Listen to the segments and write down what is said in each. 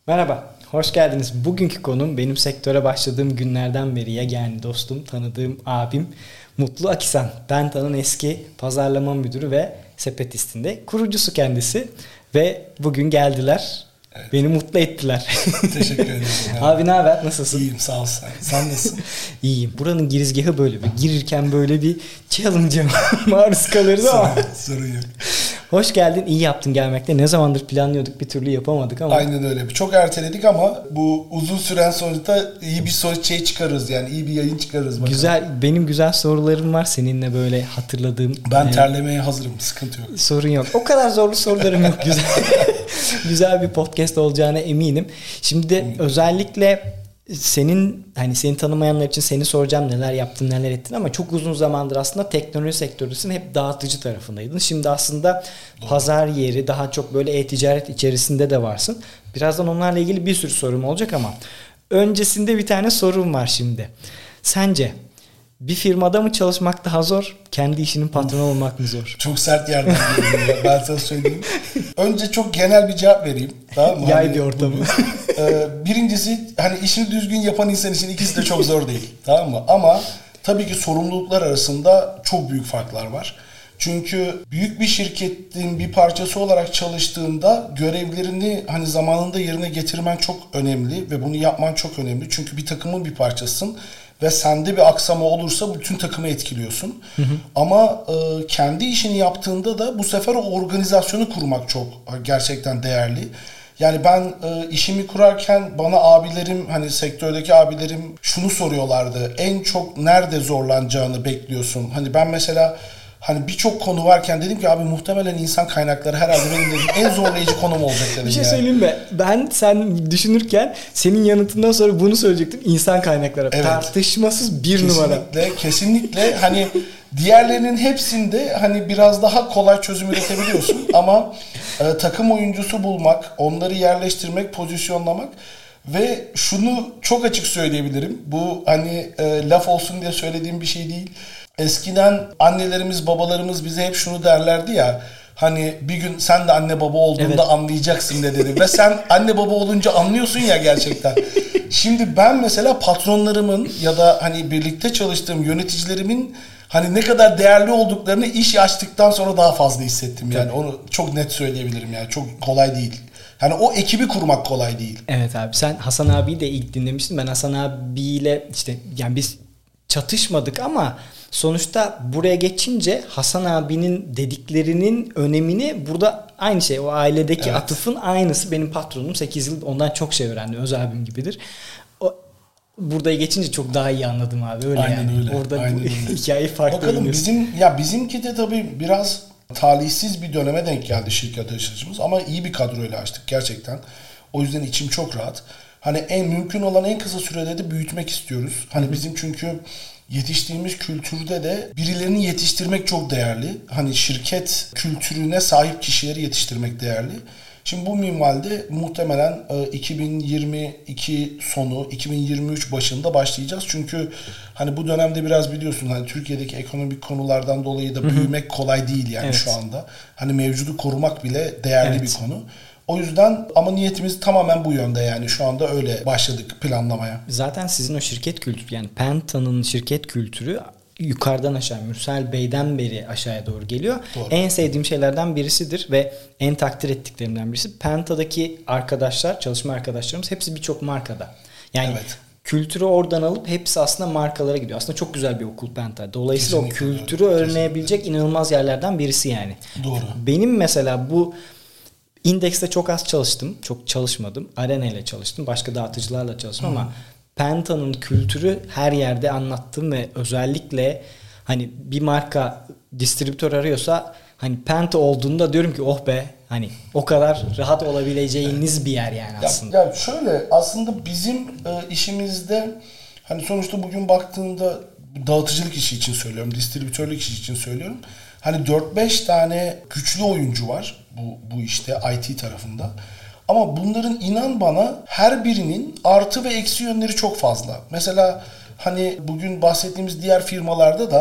Merhaba, hoş geldiniz. Bugünkü konum benim sektöre başladığım günlerden beri yegane dostum, tanıdığım abim Mutlu Akisan. Penta'nın eski pazarlama müdürü ve sepetistinde. Kurucusu kendisi ve bugün geldiler. Evet. Beni mutlu ettiler. Teşekkür ederim. Abi ne haber? Nasılsın? İyiyim, sağ ol sen. Sen nasılsın? İyiyim. Buranın girizgahı böyle. Girirken böyle bir challenge'a maruz kalırız ama. Sorun yok. Hoş geldin. İyi yaptın gelmekte. Ne zamandır planlıyorduk, bir türlü yapamadık ama. Aynen öyle. Çok erteledik ama bu uzun süren sonuçta iyi bir şey çıkarırız yani. İyi bir yayın çıkarırız bakalım. Güzel. Benim güzel sorularım var seninle böyle hatırladığım. Ben terlemeye hazırım. Sıkıntı yok. Sorun yok. O kadar zorlu sorularım yok. Güzel. Güzel bir podcast olacağına eminim. Şimdi özellikle seni tanımayanlar için seni soracağım, neler yaptın, neler ettin, ama çok uzun zamandır aslında teknoloji sektörüsün hep dağıtıcı tarafındaydın. Şimdi aslında pazar yeri, daha çok böyle e-ticaret içerisinde de varsın. Birazdan onlarla ilgili bir sürü sorum olacak ama öncesinde bir tane sorum var şimdi. Sence bir firmada mı çalışmak daha zor, kendi işinin patronu olmak mı zor? Çok sert yerden geliyor. Ben sana söyleyeyim. Önce çok genel bir cevap vereyim. Tamam mı? Yay bir ortamı. Birincisi, hani işini düzgün yapan insan için ikisi de çok zor değil. Tamam mı? Ama tabii ki sorumluluklar arasında çok büyük farklar var. Çünkü büyük bir şirketin bir parçası olarak çalıştığında görevlerini hani zamanında yerine getirmen çok önemli ve bunu yapman çok önemli. Çünkü bir takımın bir parçasısın ve sende bir aksama olursa bütün takımı etkiliyorsun. Hı hı. Ama kendi işini yaptığında da bu sefer o organizasyonu kurmak çok gerçekten değerli. Yani ben işimi kurarken bana abilerim, hani sektördeki abilerim şunu soruyorlardı. En çok nerede zorlanacağını bekliyorsun? Hani ben mesela hani birçok konu varken dedim ki abi muhtemelen insan kaynakları herhalde benim dedim en zorlayıcı konum olacak dedim. Bir şey söyleyeyim mi? Ben sen düşünürken senin yanıtından sonra bunu söyleyecektim. İnsan kaynakları. Evet. Tartışmasız bir numara. Kesinlikle. Hani diğerlerinin hepsinde hani biraz daha kolay çözüm üretebiliyorsun ama takım oyuncusu bulmak, onları yerleştirmek, pozisyonlamak ve şunu çok açık söyleyebilirim. Bu hani laf olsun diye söylediğim bir şey değil. Eskiden annelerimiz, babalarımız bize hep şunu derlerdi ya, hani bir gün sen de anne baba olduğunda evet, anlayacaksın de dedi. Ve sen anne baba olunca anlıyorsun ya gerçekten. Şimdi ben mesela patronlarımın ya da hani birlikte çalıştığım yöneticilerimin hani ne kadar değerli olduklarını iş açtıktan sonra daha fazla hissettim. Yani evet, onu çok net söyleyebilirim yani, çok kolay değil. Yani o ekibi kurmak kolay değil. Evet abi, sen Hasan abiyi de ilk dinlemiştin. Ben Hasan abiyle işte yani biz çatışmadık ama sonuçta buraya geçince Hasan abinin dediklerinin önemini burada aynı şey, o ailedeki evet, atıfın aynısı. Benim patronum 8 yıl ondan çok şey öğrendi. Öz abim gibidir. Burada geçince çok daha iyi anladım abi. Öyle aynen yani. Öyle. Orada aynen bu hikayeyi farklı. Bakalım bizimki de tabii biraz talihsiz bir döneme denk geldi şirket açılışımız ama iyi bir kadroyla açtık gerçekten. O yüzden içim çok rahat. Hani en mümkün olan en kısa sürede de büyütmek istiyoruz. Hani bizim çünkü yetiştiğimiz kültürde de birilerini yetiştirmek çok değerli. Hani şirket kültürüne sahip kişileri yetiştirmek değerli. Şimdi bu minvalde muhtemelen 2022 sonu, 2023 başında başlayacağız. Çünkü hani bu dönemde biraz biliyorsun hani Türkiye'deki ekonomik konulardan dolayı da büyümek kolay değil yani evet, şu anda. Hani mevcudu korumak bile değerli evet, bir konu. O yüzden ama niyetimiz tamamen bu yönde, yani şu anda öyle başladık planlamaya. Zaten sizin o şirket kültürü, yani Penta'nın şirket kültürü yukarıdan aşağı, Mürsel Bey'den beri aşağıya doğru geliyor. Doğru. En sevdiğim şeylerden birisidir ve en takdir ettiklerimden birisi. Penta'daki arkadaşlar, çalışma arkadaşlarımız hepsi birçok markada. Yani evet, kültürü oradan alıp hepsi aslında markalara gidiyor. Aslında çok güzel bir okul Penta. Dolayısıyla kesinlikle o kültürü öğrenebilecek inanılmaz yerlerden birisi yani. Doğru. Benim mesela bu İndex'te çok az çalıştım. Çok çalışmadım. Arena ile çalıştım. Başka dağıtıcılarla çalıştım ama Penta'nın kültürü her yerde anlattım ve özellikle hani bir marka distribütör arıyorsa hani Penta olduğunda diyorum ki oh be, hani o kadar rahat olabileceğiniz bir yer yani aslında. Ya şöyle, aslında bizim işimizde hani sonuçta bugün baktığında dağıtıcılık işi için söylüyorum, distribütörlük işi için söylüyorum. Hani 4-5 tane güçlü oyuncu var bu işte IT tarafında. Ama bunların inan bana her birinin artı ve eksi yönleri çok fazla. Mesela hani bugün bahsettiğimiz diğer firmalarda da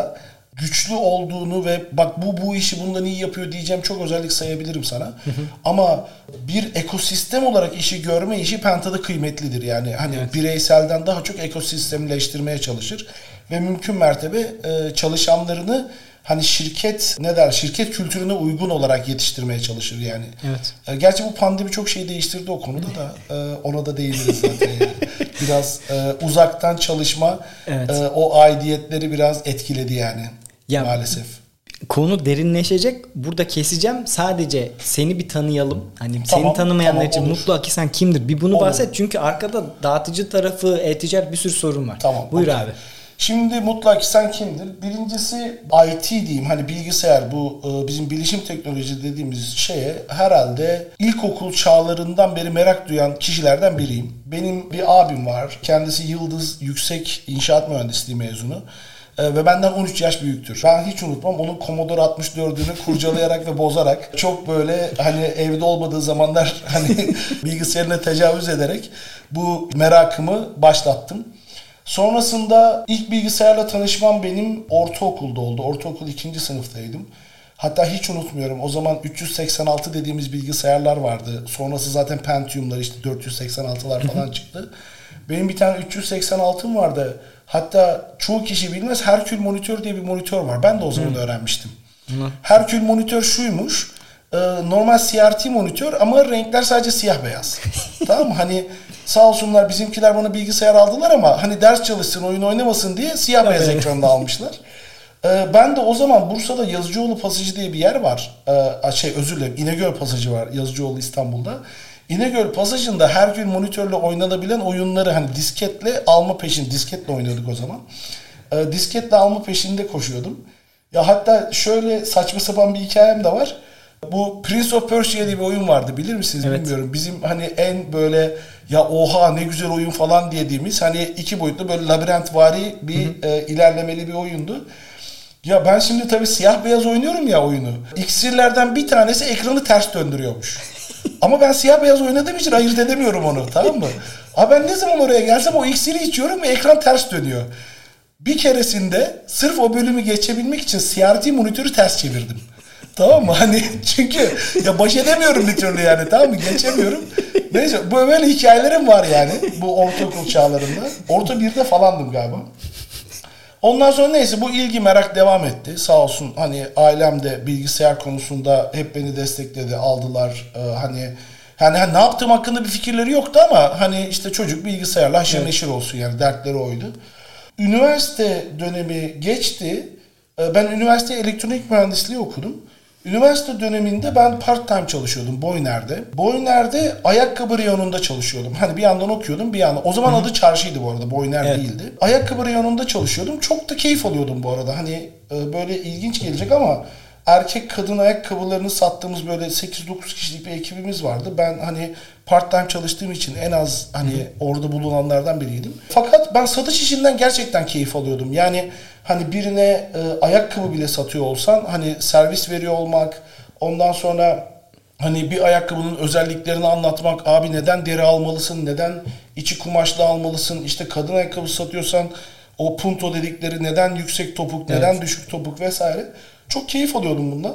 güçlü olduğunu ve bak bu işi bundan iyi yapıyor diyeceğim çok özellik sayabilirim sana. Ama bir ekosistem olarak işi görme işi Penta'da kıymetlidir. Yani hani bireyselden daha çok ekosistemleştirmeye çalışır ve mümkün mertebe çalışanlarını hani şirket kültürüne uygun olarak yetiştirmeye çalışır yani. Evet. Gerçi bu pandemi çok şey değiştirdi o konuda da ona da değiniriz zaten yani. Biraz uzaktan çalışma o aidiyetleri biraz etkiledi yani maalesef. Konu derinleşecek. Burada keseceğim. Sadece seni bir tanıyalım. Hani seni tanımayanlar için Mutlu Akisen kimdir? Bir bunu bahset. Çünkü arkada dağıtıcı tarafı, e-ticaret bir sürü sorun var. Tamam. Buyur abi. Şimdi Mutlu Akisen kimdir? Birincisi IT diyeyim. Hani bilgisayar bu bizim bilişim teknoloji dediğimiz şeye herhalde ilkokul çağlarından beri merak duyan kişilerden biriyim. Benim bir abim var. Kendisi Yıldız Yüksek İnşaat Mühendisliği mezunu. Ve benden 13 yaş büyüktür. Ben hiç unutmam onun Commodore 64'ünü kurcalayarak ve bozarak çok böyle hani evde olmadığı zamanlar hani bilgisayarına tecavüz ederek bu merakımı başlattım. Sonrasında ilk bilgisayarla tanışmam benim ortaokulda oldu. Ortaokul 2. sınıftaydım. Hatta hiç unutmuyorum o zaman 386 dediğimiz bilgisayarlar vardı. Sonrası zaten Pentium'lar işte 486'lar falan çıktı. Benim bir tane 386'm vardı. Hatta çoğu kişi bilmez Herkül monitör diye bir monitör var. Ben de o zaman öğrenmiştim. Herkül monitör şuymuş. Normal CRT monitör ama renkler sadece siyah beyaz. Tamam mı? Hani sağ olsunlar bizimkiler bana bilgisayar aldılar ama hani ders çalışsın, oyun oynamasın diye siyah beyaz ekranda almışlar. Ben de o zaman Bursa'da Yazıcıoğlu Pasajı diye bir yer var. Özür dilerim İnegöl Pasajı var Yazıcıoğlu İstanbul'da. İnegöl Pasajı'nda Herkül monitörle oynanabilen oyunları hani disketle oynuyorduk o zaman. Disketle alma peşinde koşuyordum. Ya hatta şöyle saçma sapan bir hikayem de var. Bu Prince of Persia diye bir oyun vardı bilir misiniz bilmiyorum. Bizim hani en böyle ya oha ne güzel oyun falan dediğimiz hani 2 boyutlu böyle labirentvari bir ilerlemeli bir oyundu. Ya ben şimdi tabii siyah beyaz oynuyorum ya oyunu. İksirlerden bir tanesi ekranı ters döndürüyormuş. Ama ben siyah beyaz oynadığım için ayırt edemiyorum onu tamam mı? Ama ben ne zaman oraya gelsem o iksiri içiyorum ve ekran ters dönüyor. Bir keresinde sırf o bölümü geçebilmek için CRT monitörü ters çevirdim. Tamam mı? Hani çünkü ya baş edemiyorum bir türlü yani tamam mı? Geçemiyorum. Neyse böyle hikayelerim var yani bu ortaokul çağlarında. Orta 1'de falandım galiba. Ondan sonra neyse bu ilgi merak devam etti. Sağ olsun hani ailem de bilgisayar konusunda hep beni destekledi, aldılar. Hani ne yaptığım hakkında bir fikirleri yoktu ama hani işte çocuk bilgisayarla haşır neşir olsun yani dertleri oydu. Üniversite dönemi geçti. Ben üniversite elektronik mühendisliği okudum. Üniversite döneminde ben part-time çalışıyordum Boyner'de. Boyner'de ayakkabı reyonunda çalışıyordum. Hani bir yandan okuyordum bir yandan. O zaman adı çarşıydı bu arada. Boyner değildi. Ayakkabı reyonunda çalışıyordum. Çok da keyif alıyordum bu arada. Hani böyle ilginç gelecek ama erkek kadın ayakkabılarını sattığımız böyle 8-9 kişilik bir ekibimiz vardı. Ben hani part-time çalıştığım için en az hani orada bulunanlardan biriydim. Fakat ben satış işinden gerçekten keyif alıyordum. Yani hani birine ayakkabı bile satıyor olsan hani servis veriyor olmak, ondan sonra hani bir ayakkabının özelliklerini anlatmak, abi neden deri almalısın, neden içi kumaşlı almalısın, işte kadın ayakkabı satıyorsan o punto dedikleri neden yüksek topuk, neden düşük topuk vesaire. Çok keyif alıyordum bundan.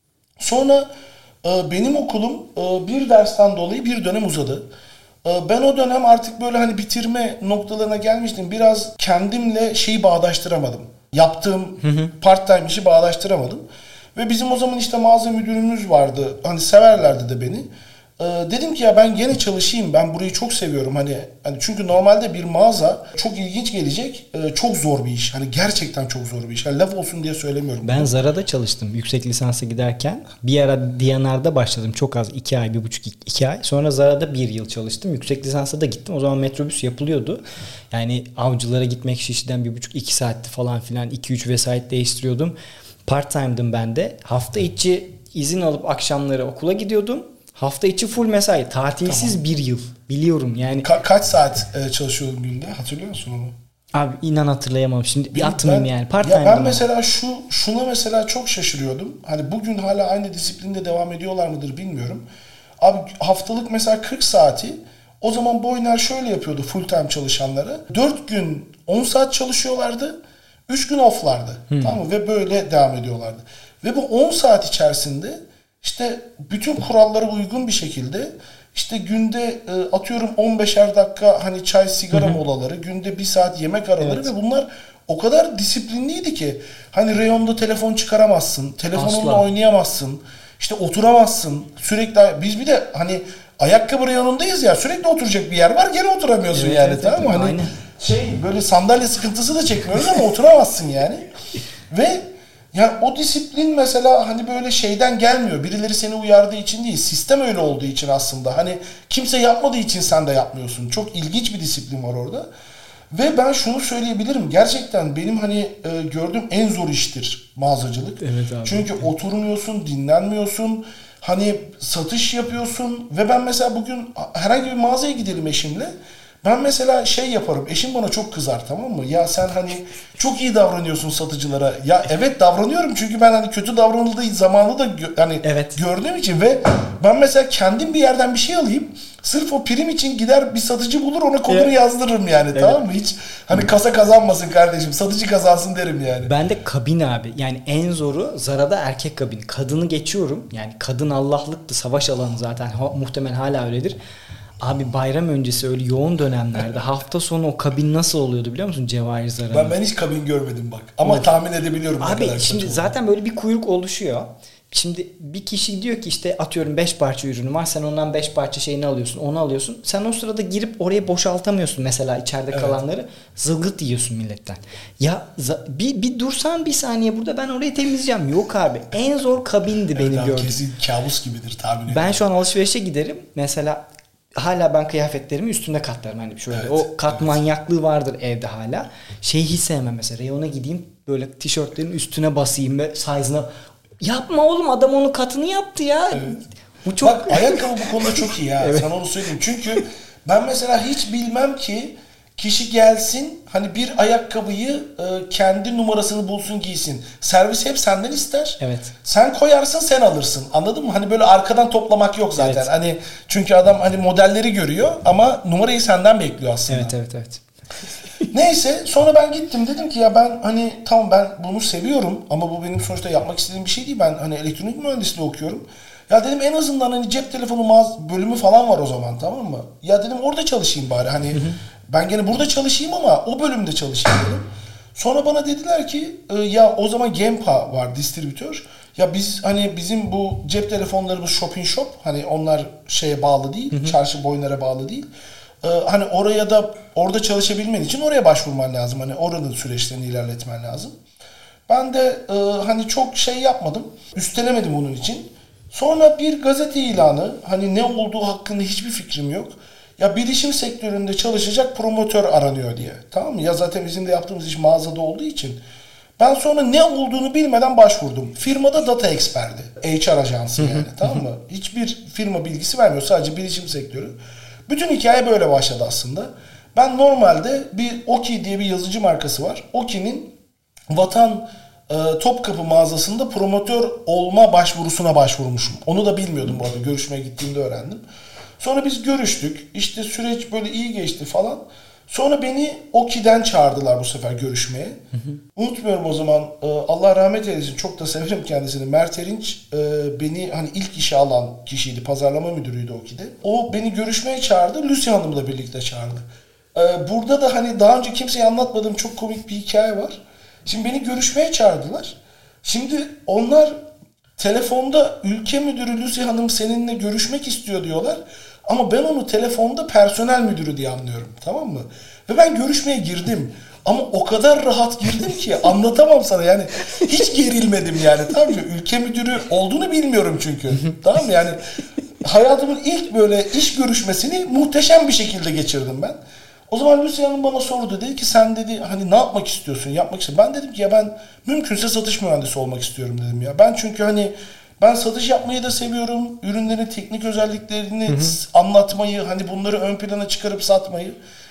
Sonra benim okulum bir dersten dolayı bir dönem uzadı. Ben o dönem artık böyle hani bitirme noktalarına gelmiştim. Biraz kendimle şeyi bağdaştıramadım. Yaptığım part-time işi bağdaştıramadım. Ve bizim o zaman işte mağaza müdürümüz vardı. Hani severlerdi de beni. Dedim ki ya ben gene çalışayım. Ben burayı çok seviyorum. Hani çünkü normalde bir mağaza çok ilginç gelecek. Çok zor bir iş. Hani gerçekten çok zor bir iş. Yani laf olsun diye söylemiyorum. Ben Zara'da çalıştım yüksek lisansa giderken. Bir ara D&R'da başladım. Çok az 2 ay, 1,5-2 ay. Sonra Zara'da 1 yıl çalıştım. Yüksek lisansa da gittim. O zaman metrobüs yapılıyordu. Yani avcılara gitmek Şişli'den 1,5-2 saatti falan filan. 2-3 vesait değiştiriyordum. Part time'dım ben de. Hafta içi izin alıp akşamları okula gidiyordum. Hafta içi full mesai. Tatilsiz bir yıl. Biliyorum yani. Kaç saat çalışıyordun günde? Hatırlıyor musun onu? Abi inan hatırlayamam. Şimdi atmayayım yani. Part ya ben ama. mesela şuna mesela çok şaşırıyordum. Hani bugün hala aynı disiplinde devam ediyorlar mıdır bilmiyorum. Abi haftalık mesela 40 saati o zaman Boyner şöyle yapıyordu full time çalışanlara. 4 gün 10 saat çalışıyorlardı. 3 gün off'lardı. Tamam mı? Ve böyle devam ediyorlardı. Ve bu 10 saat içerisinde işte bütün kurallara uygun bir şekilde işte günde atıyorum 15'er dakika hani çay sigara molaları, günde 1 saat yemek araları ve bunlar o kadar disiplinliydi ki hani reyonda telefon çıkaramazsın, telefonunla oynayamazsın, işte oturamazsın. Sürekli biz bir de hani ayakkabı reyonundayız ya, sürekli oturacak bir yer var, gene oturamıyorsun tamam mı? Hani aynen. Böyle sandalye sıkıntısı da çekmiyoruz ama oturamazsın yani. Ve yani o disiplin mesela hani böyle şeyden gelmiyor. Birileri seni uyardığı için değil. Sistem öyle olduğu için aslında. Hani kimse yapmadığı için sen de yapmıyorsun. Çok ilginç bir disiplin var orada. Ve ben şunu söyleyebilirim. Gerçekten benim hani gördüğüm en zor iştir mağazacılık. Evet abi. Çünkü oturmuyorsun, dinlenmiyorsun. Hani satış yapıyorsun. Ve ben mesela bugün herhangi bir mağazaya gidelim eşimle. Ben mesela şey yaparım. Eşim bana çok kızar, tamam mı? Ya sen hani çok iyi davranıyorsun satıcılara. Ya evet davranıyorum çünkü ben hani kötü davranıldığı zamanı da gördüğüm için ve ben mesela kendim bir yerden bir şey alayım. Sırf o prim için gider bir satıcı bulur, ona kodunu yazdırırım yani, tamam mı? Hiç hani kasa kazanmasın kardeşim, satıcı kazansın derim yani. Ben de kabin abi. Yani en zoru Zara'da erkek kabin. Kadını geçiyorum. Yani kadın Allah'lıktı, savaş alanı zaten. Muhtemelen hala öyledir. Abi bayram öncesi öyle yoğun dönemlerde hafta sonu o kabin nasıl oluyordu biliyor musun Cevahir Zara'nın? Ben hiç kabin görmedim bak. Ama tahmin edebiliyorum. Abi şimdi zaten böyle bir kuyruk oluşuyor. Şimdi bir kişi diyor ki işte atıyorum 5 parça ürünü var. Sen ondan 5 parça şeyini alıyorsun. Onu alıyorsun. Sen o sırada girip oraya boşaltamıyorsun mesela içeride kalanları. Zılgıt yiyorsun milletten. Ya bir dursan bir saniye burada, ben orayı temizleyeceğim. Yok abi. En zor kabindi benim gördüğüm. Kesin kabus gibidir tahmin ediyorum. Ben şu an alışverişe giderim. Mesela hala ben kıyafetlerimi üstünde katlarım. Hani şöyle o kat manyaklığı vardır evde hala. Şeyi hiç sevmem mesela. Reyona gideyim böyle tişörtlerin üstüne basayım ve size'ına. Yapma oğlum, adam onun katını yaptı ya. Evet. Bu çok... Bak ayakkabı bu konuda çok iyi ya. Sana onu söyleyeyim. Çünkü ben mesela hiç bilmem ki kişi gelsin hani bir ayakkabıyı kendi numarasını bulsun giysin. Servis hep senden ister. Evet. Sen koyarsın, sen alırsın. Anladın mı? Hani böyle arkadan toplamak yok zaten. Evet. Hani çünkü adam hani modelleri görüyor ama numarayı senden bekliyor aslında. Evet. Neyse sonra ben gittim, dedim ki ya ben hani tamam ben bunu seviyorum ama bu benim sonuçta yapmak istediğim bir şey değil. Ben hani elektronik mühendisliği okuyorum. Ya dedim en azından hani cep telefonu bölümü falan var o zaman, tamam mı? Ya dedim orada çalışayım bari hani ben gene burada çalışayım ama o bölümde çalışayım dedim. Sonra bana dediler ki ya o zaman Gempa var distribütör. Ya biz hani bizim bu cep telefonlarımız shopping shop, hani onlar şeye bağlı değil, çarşı boyunlara bağlı değil. Hani orada çalışabilmen için oraya başvurman lazım. Hani oranın süreçlerini ilerletmen lazım. Ben de hani çok şey yapmadım. Üstelemedim onun için. Sonra bir gazete ilanı, hani ne olduğu hakkında hiçbir fikrim yok. Ya bilişim sektöründe çalışacak promotör aranıyor diye. Tamam mı? Ya zaten bizim de yaptığımız iş mağazada olduğu için. Ben sonra ne olduğunu bilmeden başvurdum. Firmada data expert'di. HR ajansı yani. Tamam mı? Hiçbir firma bilgisi vermiyor. Sadece bilişim sektörü. Bütün hikaye böyle başladı aslında. Ben normalde bir Oki diye bir yazıcı markası var. Oki'nin Vatan Topkapı mağazasında promotör olma başvurusuna başvurmuşum. Onu da bilmiyordum bu arada. Görüşmeye gittiğimde öğrendim. Sonra biz görüştük. İşte süreç böyle iyi geçti falan. Sonra beni Oki'den çağırdılar bu sefer görüşmeye. Unutmuyorum o zaman, Allah rahmet eylesin, çok da severim kendisini. Mert Erinç beni hani ilk işe alan kişiydi. Pazarlama müdürüydü Oki'de. O beni görüşmeye çağırdı. Lucy Hanım'la birlikte çağırdı. Burada da hani daha önce kimseye anlatmadığım çok komik bir hikaye var. Şimdi beni görüşmeye çağırdılar. Şimdi onlar telefonda ülke müdürü Lucy Hanım seninle görüşmek istiyor diyorlar. Ama ben onu telefonda personel müdürü diye anlıyorum. Tamam mı? Ve ben görüşmeye girdim. Ama o kadar rahat girdim ki anlatamam sana yani. Hiç gerilmedim yani. Tamam mı? Ülke müdürü olduğunu bilmiyorum çünkü. Tamam mı? Yani hayatımın ilk böyle iş görüşmesini muhteşem bir şekilde geçirdim ben. O zaman Lucy Hanım bana sordu. Dedi ki sen dedi hani ne yapmak istiyorsun? Yapmak istiyorum. Ben dedim ki ya ben mümkünse satış mühendisi olmak istiyorum dedim ya. Ben çünkü hani ben satış yapmayı da seviyorum. Ürünlerin teknik özelliklerini anlatmayı, hani bunları ön plana çıkarıp satmayı.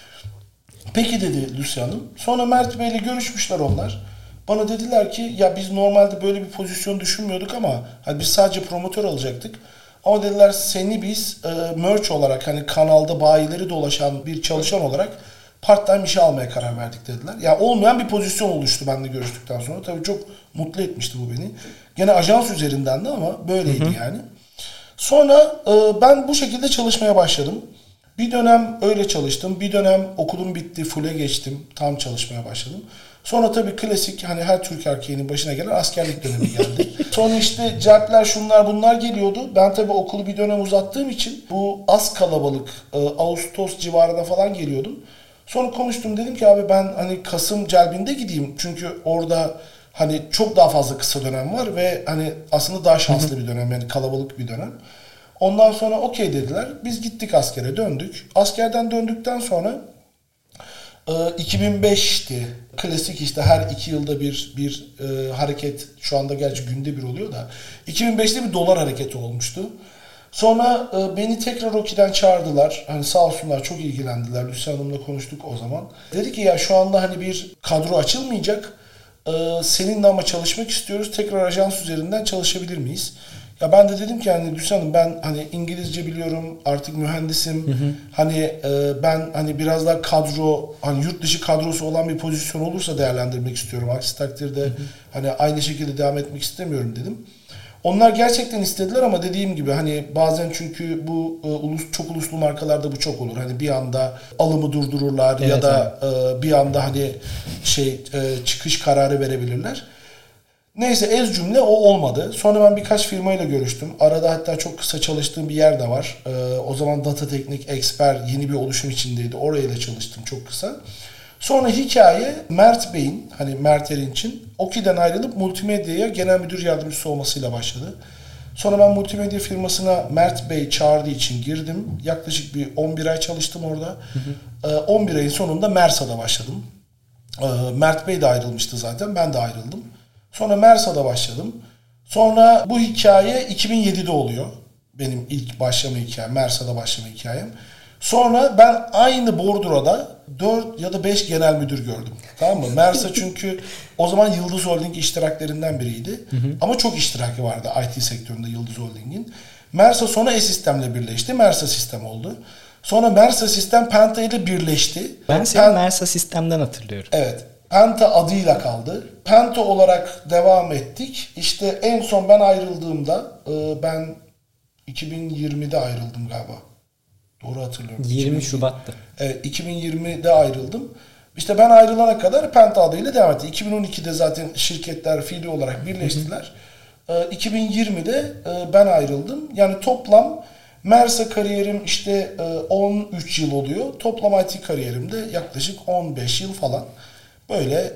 Peki dedi Lucy Hanım. Sonra Mert Bey'le görüşmüşler onlar. Bana dediler ki ya biz normalde böyle bir pozisyon düşünmüyorduk ama hani biz sadece promotör alacaktık. Ama dediler seni biz merch olarak hani kanalda bayileri dolaşan bir çalışan olarak part-time işe almaya karar verdik dediler. Yani olmayan bir pozisyon oluştu benimle görüştükten sonra. Tabii çok mutlu etmişti bu beni. Gene ajans üzerindendi ama böyleydi yani. Sonra ben bu şekilde çalışmaya başladım. Bir dönem öyle çalıştım. Bir dönem okulum bitti, full'e geçtim. Tam çalışmaya başladım. Sonra tabii klasik hani her Türk erkeğinin başına gelen askerlik dönemi geldi. Sonra işte celpler şunlar bunlar geliyordu. Ben tabii okulu bir dönem uzattığım için bu az kalabalık Ağustos civarında falan geliyordum. Sonra konuştum, dedim ki abi ben hani Kasım celbinde gideyim. Çünkü orada hani çok daha fazla kısa dönem var ve hani aslında daha şanslı bir dönem, yani kalabalık bir dönem. Ondan sonra okey dediler. Biz gittik askere, döndük. Askerden döndükten sonra 2005'ti. Klasik işte her 2 yılda bir hareket, şu anda gerçi günde bir oluyor da 2005'te bir dolar hareketi olmuştu. Sonra beni tekrar Rocky'den çağırdılar. Hani sağ olsunlar, çok ilgilendiler. Lucy Hanım'la konuştuk o zaman. Dedi ki ya şu anda hani bir kadro açılmayacak. Seninle ama çalışmak istiyoruz. Tekrar ajans üzerinden çalışabilir miyiz? Ya ben de dedim ki hani Lucy Hanım, ben hani İngilizce biliyorum, artık mühendisim. Hani ben hani biraz daha kadro, hani yurt dışı kadrosu olan bir pozisyon olursa değerlendirmek istiyorum. Aksi takdirde hani aynı şekilde devam etmek istemiyorum dedim. Onlar gerçekten istediler ama dediğim gibi hani bazen çünkü bu çok uluslu markalarda bu çok olur. Hani bir anda alımı durdururlar, evet, ya da bir anda hani çıkış kararı verebilirler. Neyse, ez cümle o olmadı. Sonra ben birkaç firmayla görüştüm. Arada hatta çok kısa çalıştığım bir yer de var. O zaman Data Teknik Expert yeni bir oluşum içindeydi. Oraya da çalıştım çok kısa. Sonra hikaye Mert Bey'in, hani Mert Erinç'in OKİ'den ayrılıp multimedyaya genel müdür yardımcısı olmasıyla başladı. Sonra ben multimedya firmasına Mert Bey çağırdığı için girdim. Yaklaşık bir 11 ay çalıştım orada. 11 ayın sonunda Mersa'da başladım. Mert Bey de ayrılmıştı zaten, ben de ayrıldım. Sonra Mersa'da başladım. Sonra bu hikaye 2007'de oluyor. Benim ilk başlama hikayem, Mersa'da başlama hikayem. Sonra ben aynı bordroda 4 ya da 5 genel müdür gördüm. Tamam mı? Mersa çünkü o zaman Yıldız Holding iştiraklerinden biriydi. Ama çok iştiraki vardı IT sektöründe Yıldız Holding'in. Mersa sonra E-Sistem'le birleşti. Mersa Sistem oldu. Sonra Mersa Sistem Penta ile birleşti. Ben seni Mersa Sistem'den hatırlıyorum. Evet. Penta adıyla kaldı. Penta olarak devam ettik. İşte en son ben ayrıldığımda, ben 2020'de ayrıldım galiba. Doğru hatırlıyorum. 20 Şubat'tı. Evet, 2020'de ayrıldım. İşte ben ayrılana kadar Penta adıyla devam etti. 2012'de zaten şirketler fiili olarak birleştiler. 2020'de ben ayrıldım. Yani toplam Mersa kariyerim işte 13 yıl oluyor. Toplam IT kariyerimde yaklaşık 15 yıl falan. Böyle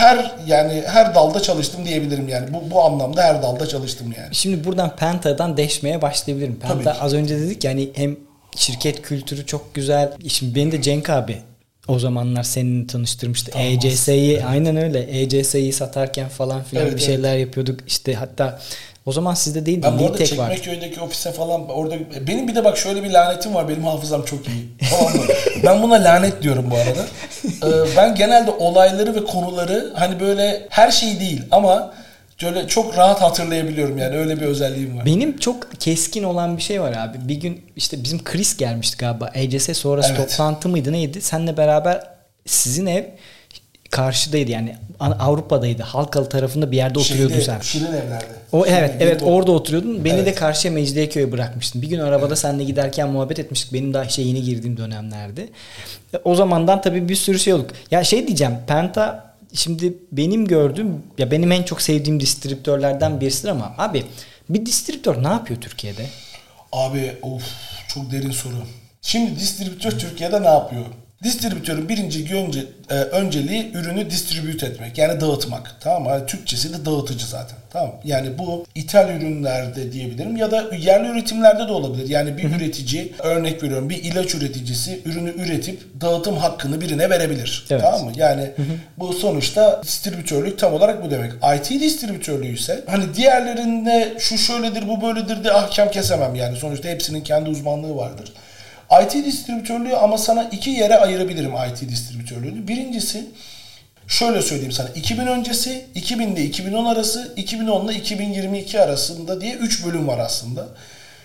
her dalda çalıştım diyebilirim yani. Bu anlamda her dalda çalıştım yani. Şimdi buradan Penta'dan deşmeye başlayabilirim. Penta az önce dedik yani hem şirket kültürü çok güzel. Şimdi beni de Cenk abi o zamanlar seninle tanıştırmıştı. ECS'yi, evet. Aynen öyle. ECS'yi satarken falan filan evet, bir şeyler yapıyorduk. İşte hatta o zaman sizde değil de ben bu arada Litek vardı. Çekmeköy'deki ofise falan orada benim bir de bak şöyle bir lanetim var. Benim hafızam çok iyi. Tamam mı? Ben buna lanet diyorum bu arada. Ben genelde olayları ve konuları hani böyle her şey değil ama böyle çok rahat hatırlayabiliyorum yani, öyle bir özelliğim var. Benim çok keskin olan bir şey var abi. Bir gün işte bizim Chris gelmişti galiba. ECS sonrası evet. Toplantı mıydı neydi? Seninle beraber sizin ev karşıdaydı yani Avrupa'daydı. Halkalı tarafında bir yerde oturuyordun sen. Şirin evlerde. Evet orada oturuyordun. Beni de karşıya Mecidiyeköy'e bırakmıştın. Bir gün arabada seninle giderken muhabbet etmiştik. Benim daha yeni girdiğim dönemlerdi. O zamandan tabii bir sürü şey olduk. Ya diyeceğim, Penta şimdi benim gördüğüm, ya benim en çok sevdiğim distribütörlerden birisidir ama abi bir distribütör ne yapıyor Türkiye'de? Abi çok derin soru. Şimdi distribütör Türkiye'de ne yapıyor? Distribütörün birinci önceliği ürünü distribüt etmek, yani dağıtmak. Tamam mı? Yani Türkçesi de dağıtıcı zaten. Tamam. Yani bu ithal ürünlerde diyebilirim ya da yerli üretimlerde de olabilir. Yani bir üretici, örnek veriyorum, bir ilaç üreticisi ürünü üretip dağıtım hakkını birine verebilir. Evet. Tamam mı? Yani bu sonuçta distribütörlük tam olarak bu demek. IT distribütörlüğü ise hani diğerlerinde şu şöyledir bu böyledir de ahkam kesemem yani. Sonuçta hepsinin kendi uzmanlığı vardır. IT distribütörlüğü ama sana 2 yere ayırabilirim IT distribütörlüğünü. Birincisi şöyle söyleyeyim sana, 2000 öncesi, 2000 ile 2010 arası, 2010 ile 2022 arasında diye 3 bölüm var aslında.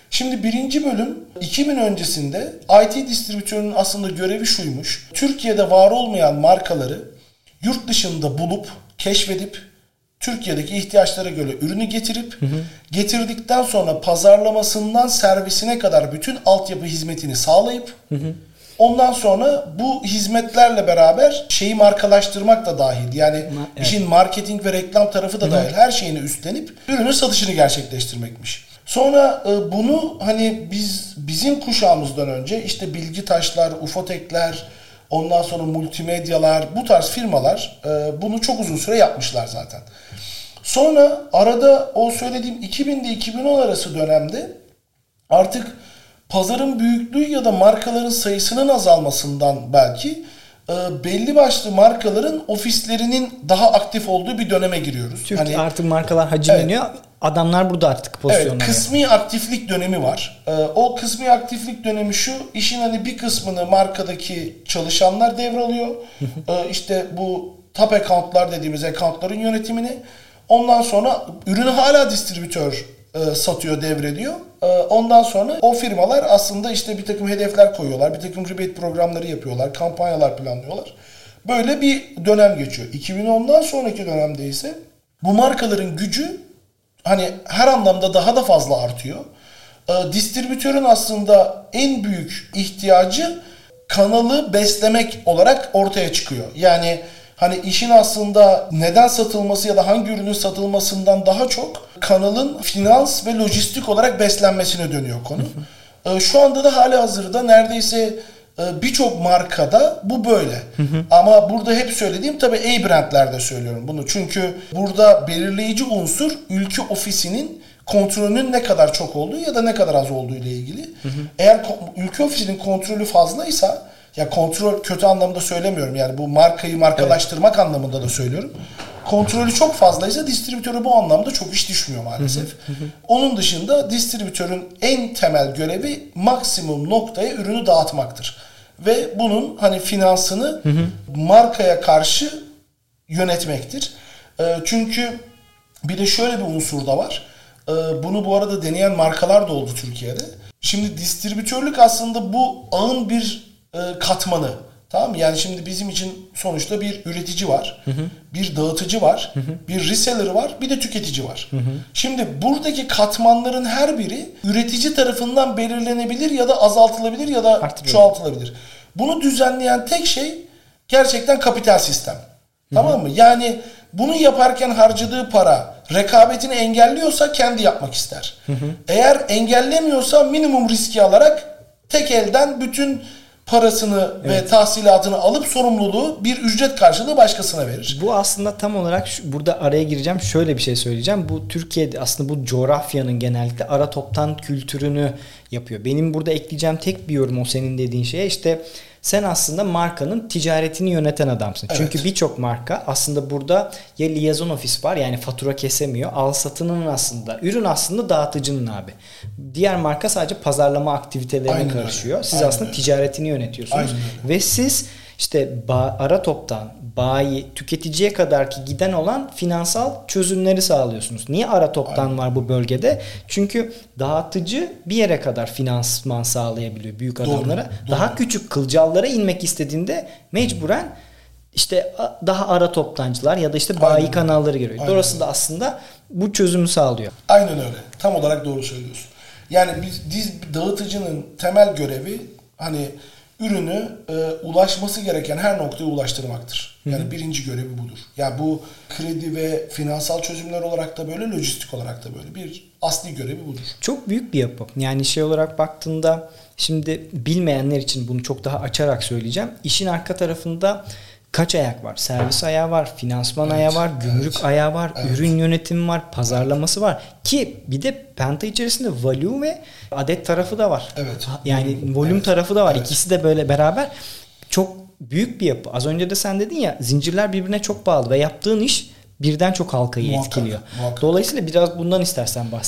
Şimdi birinci bölüm 2000 öncesinde IT distribütörünün aslında görevi şuymuş. Türkiye'de var olmayan markaları yurt dışında bulup, keşfedip Türkiye'deki ihtiyaçlara göre ürünü getirip getirdikten sonra pazarlamasından servisine kadar bütün altyapı hizmetini sağlayıp ondan sonra bu hizmetlerle beraber şeyi markalaştırmak da dahil. Yani işin marketing ve reklam tarafı da dahil. Her şeyini üstlenip ürünün satışını gerçekleştirmekmiş. Sonra bunu hani bizim kuşağımızdan önce işte Bilgitaşlar, Ufotekler, ondan sonra multimedyalar, bu tarz firmalar bunu çok uzun süre yapmışlar zaten. Sonra arada o söylediğim 2000 ile 2010 arası dönemde artık pazarın büyüklüğü ya da markaların sayısının azalmasından belki belli başlı markaların ofislerinin daha aktif olduğu bir döneme giriyoruz. Türkiye artık markalar hacimleniyor. Evet. Adamlar burada artık pozisyonlar. Evet, kısmi aktiflik dönemi var. O kısmi aktiflik dönemi şu, işin hani bir kısmını markadaki çalışanlar devralıyor. İşte bu top account'lar dediğimiz account'ların yönetimini. Ondan sonra ürünü hala distribütör satıyor, devrediyor. Ondan sonra o firmalar aslında işte bir takım hedefler koyuyorlar, bir takım rebate programları yapıyorlar, kampanyalar planlıyorlar. Böyle bir dönem geçiyor. 2010'dan sonraki dönemde ise bu markaların gücü hani her anlamda daha da fazla artıyor. Distribütörün aslında en büyük ihtiyacı kanalı beslemek olarak ortaya çıkıyor. Yani hani işin aslında neden satılması ya da hangi ürünün satılmasından daha çok kanalın finans ve lojistik olarak beslenmesine dönüyor konu. Şu anda da halihazırda neredeyse birçok markada bu böyle. Ama burada hep söylediğim tabii A-brandlerde söylüyorum bunu. Çünkü burada belirleyici unsur ülke ofisinin kontrolünün ne kadar çok olduğu ya da ne kadar az olduğu ile ilgili. Eğer ülke ofisinin kontrolü fazlaysa, ya kontrol kötü anlamda söylemiyorum, yani bu markayı markalaştırmak anlamında da söylüyorum. Kontrolü çok fazlaysa distribütöre bu anlamda çok iş düşmüyor maalesef. Onun dışında distribütörün en temel görevi maksimum noktaya ürünü dağıtmaktır. Ve bunun hani finansını markaya karşı yönetmektir. Çünkü bir de şöyle bir unsur da var. Bunu bu arada deneyen markalar da oldu Türkiye'de. Şimdi distribütörlük aslında bu ağın bir katmanı. Tamam mı? Yani şimdi bizim için sonuçta bir üretici var, bir dağıtıcı var, bir reseller var, bir de tüketici var. Şimdi buradaki katmanların her biri üretici tarafından belirlenebilir ya da azaltılabilir ya da çoğaltılabilir. Bunu düzenleyen tek şey gerçekten kapital sistem. Tamam mı? Yani bunu yaparken harcadığı para rekabetini engelliyorsa kendi yapmak ister. Eğer engellemiyorsa minimum riski alarak tek elden bütün parasını ve tahsilatını alıp sorumluluğu bir ücret karşılığı başkasına verir. Bu aslında tam olarak burada araya gireceğim. Şöyle bir şey söyleyeceğim. Bu Türkiye'de aslında bu coğrafyanın genellikle ara toptan kültürünü yapıyor. Benim burada ekleyeceğim tek bir yorum o senin dediğin şeye, işte sen aslında markanın ticaretini yöneten adamsın. Evet. Çünkü birçok marka aslında burada ya liaison ofis var, yani fatura kesemiyor. Al satının aslında, ürün aslında dağıtıcının abi. Diğer marka sadece pazarlama aktivitelerine karışıyor. Siz aslında ticaretini yönetiyorsunuz. Ve siz işte ara toptan bayi, tüketiciye kadar ki giden olan finansal çözümleri sağlıyorsunuz. Niye ara toptan var bu bölgede? Çünkü dağıtıcı bir yere kadar finansman sağlayabiliyor büyük adamlara. Daha küçük kılcallara inmek istediğinde mecburen işte daha ara toptancılar ya da işte bayi kanalları giriyor. Orası da aslında bu çözümü sağlıyor. Aynen öyle. Tam olarak doğru söylüyorsun. Yani biz dağıtıcının temel görevi hani ürünü ulaşması gereken her noktaya ulaştırmaktır. Yani birinci görevi budur. Yani bu kredi ve finansal çözümler olarak da böyle, lojistik olarak da böyle bir asli görevi budur. Çok büyük bir yapı. Yani şey olarak baktığında, şimdi bilmeyenler için bunu çok daha açarak söyleyeceğim. İşin arka tarafında kaç ayak var? Servis ayağı var, finansman ayağı var, gümrük ayağı var, ürün yönetimi var, pazarlaması var. Ki bir de Penta içerisinde value ve adet tarafı da var. Evet. Yani volüm tarafı da var. İkisi de böyle beraber çok büyük bir yapı. Az önce de sen dedin ya, zincirler birbirine çok bağlı ve yaptığın iş birden çok halkayı etkiliyor. Muhakkak. Dolayısıyla biraz bundan istersen bahset.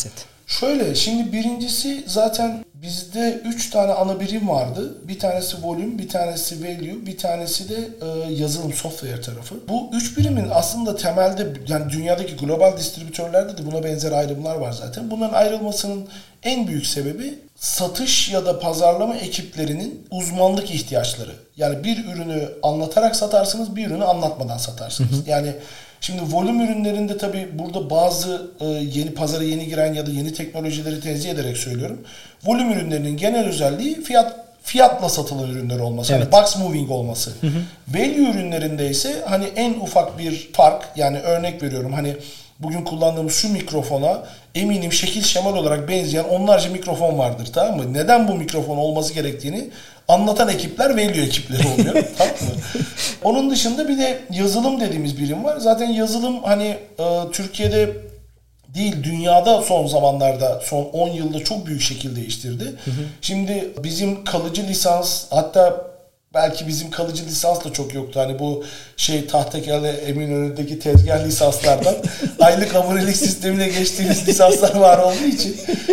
Şöyle, şimdi birincisi zaten bizde 3 tane ana birim vardı. Bir tanesi volume, bir tanesi value, bir tanesi de yazılım, software tarafı. Bu 3 birimin aslında temelde, yani dünyadaki global distribütörlerde de buna benzer ayrımlar var zaten. Bunların ayrılmasının en büyük sebebi satış ya da pazarlama ekiplerinin uzmanlık ihtiyaçları. Yani bir ürünü anlatarak satarsınız, bir ürünü anlatmadan satarsınız. Yani şimdi volüm ürünlerinde tabii burada bazı pazara yeni giren ya da yeni teknolojileri tenzih ederek söylüyorum. Volüm ürünlerinin genel özelliği fiyatla satılan ürünler olması. Evet. Hani box moving olması. Value ürünlerinde ise hani en ufak bir fark, yani örnek veriyorum, hani bugün kullandığımız şu mikrofona eminim şekil şemal olarak benzeyen onlarca mikrofon vardır, tamam mı? Neden bu mikrofon olması gerektiğini anlatan ekipler value ekipleri oluyor. Tamam mı? Onun dışında bir de yazılım dediğimiz birim var. Zaten yazılım hani Türkiye'de değil, dünyada son zamanlarda, son 10 yılda çok büyük şekil değiştirdi. Şimdi bizim kalıcı lisans, hatta belki bizim kalıcı lisans da çok yoktu. Hani bu Tahtakale Eminönü'ndeki tezgah lisanslardan aylık abonelik sistemine geçtiğimiz lisanslar var olduğu için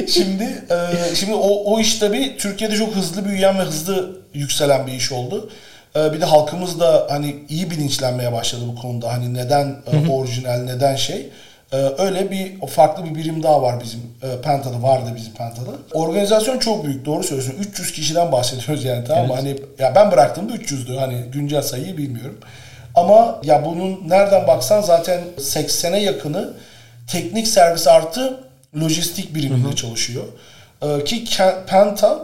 şimdi o iş tabii Türkiye'de çok hızlı büyüyen ve hızlı yükselen bir iş oldu. Bir de halkımız da hani iyi bilinçlenmeye başladı bu konuda. Hani neden orijinal, neden öyle bir farklı bir birim daha var bizim Penta'da, vardı bizim Penta'da. Organizasyon çok büyük, doğru söylüyorsun. 300 kişiden bahsediyoruz yani, tamam mı? Evet. Hani ya ben bıraktığımda 300'dü. Hani güncel sayıyı bilmiyorum. Ama ya bunun nereden baksan zaten 80'e yakını teknik servis artı lojistik biriminde çalışıyor. Ki Penta